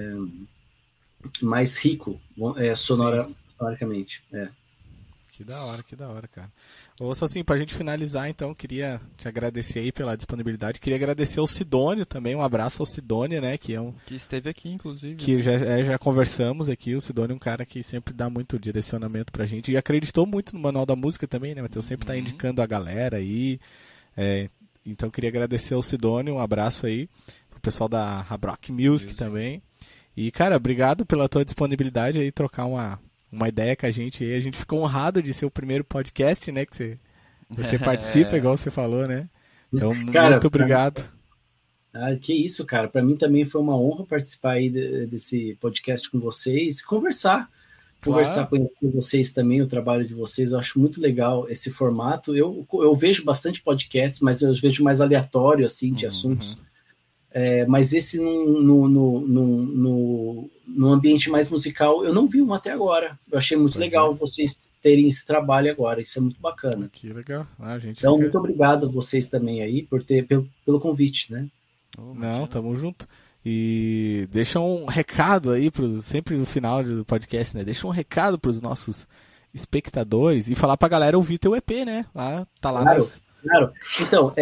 mais rico sonoricamente. Que da hora, cara. Ouça, assim, pra gente finalizar, então, queria te agradecer aí pela disponibilidade. Queria agradecer ao Sidônio também, um abraço ao Sidônio, né, que esteve aqui, inclusive. Que já conversamos aqui. O Sidônio é um cara que sempre dá muito direcionamento pra gente e acreditou muito no Manual da Música também, né, Matheus? Sempre tá indicando a galera aí. Então, queria agradecer ao Sidônio, um abraço aí pro pessoal da Habrock Music também. E, cara, obrigado pela tua disponibilidade aí, trocar uma ideia com a gente aí. A gente ficou honrado de ser o primeiro podcast, né, que você participa, igual você falou, né? Então, cara, muito obrigado. Que isso, cara. Para mim também foi uma honra participar aí desse podcast com vocês, conversar, conhecer vocês também, o trabalho de vocês. Eu acho muito legal esse formato. Eu vejo bastante podcast, mas eu vejo mais aleatório, assim, de assuntos. Mas esse no ambiente mais musical eu não vi um até agora. Eu achei muito legal vocês terem esse trabalho agora, isso é muito bacana. Que legal. Então, muito obrigado a vocês também aí pelo convite, né? Não, tamo junto. E deixa um recado aí, sempre no final do podcast, né? Deixa um recado pros nossos espectadores e falar pra galera ouvir teu EP, né? Tá lá nas... Claro. Então,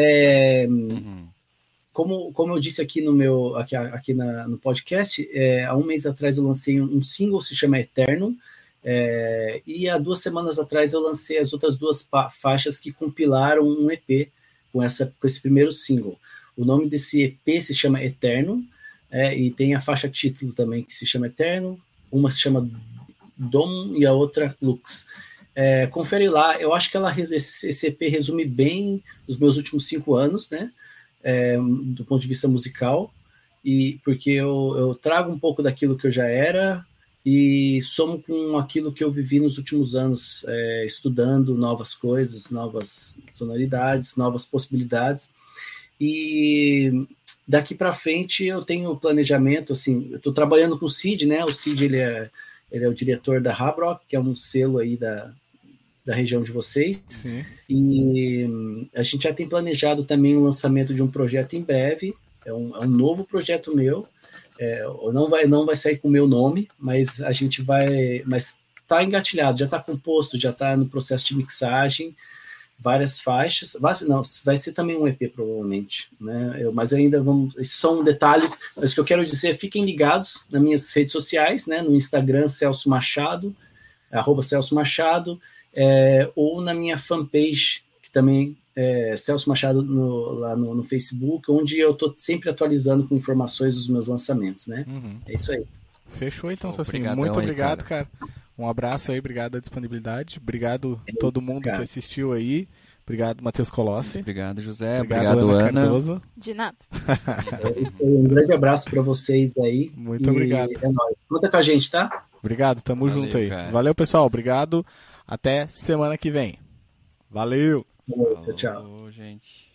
como eu disse aqui no podcast, há um mês atrás eu lancei um single, se chama Eterno, e há 2 semanas atrás eu lancei as outras 2 faixas que compilaram um EP com esse primeiro single. O nome desse EP se chama Eterno, e tem a faixa título também que se chama Eterno, uma se chama Dom e a outra Lux. Confere lá, eu acho que esse EP resume bem os meus últimos 5 anos, né? Do ponto de vista musical, e porque eu trago um pouco daquilo que eu já era e somo com aquilo que eu vivi nos últimos anos, estudando novas coisas, novas sonoridades, novas possibilidades. E daqui para frente eu tenho planejamento, assim, eu estou trabalhando com o Cid, né? O Cid, ele é o diretor da Hard Rock, que é um selo aí da região de vocês. Sim. E a gente já tem planejado também o lançamento de um projeto em breve. É um novo projeto meu. Não vai sair com o meu nome, mas a gente vai... Mas está engatilhado, já está composto, já está no processo de mixagem, várias faixas. Vai ser também um EP, provavelmente, né? Mas ainda esses são detalhes, mas o que eu quero dizer, fiquem ligados nas minhas redes sociais, né? No Instagram, Celso Machado, @Celso Machado, ou na minha fanpage, que também é Celso Machado lá no Facebook, onde eu estou sempre atualizando com informações dos meus lançamentos, né? É isso aí. Fechou então, Celcinho. Muito obrigado, cara. Um abraço aí, obrigado a disponibilidade. Obrigado a todo mundo que assistiu aí. Obrigado, Matheus Colossi. Obrigado, José. Obrigado, Ana Cardoso. De nada. Um grande abraço para vocês aí. Muito obrigado. É nóis. Conta com a gente, tá? Obrigado, tamo junto aí. Cara. Valeu, pessoal. Obrigado. Até semana que vem. Valeu. Tchau. Falou, gente.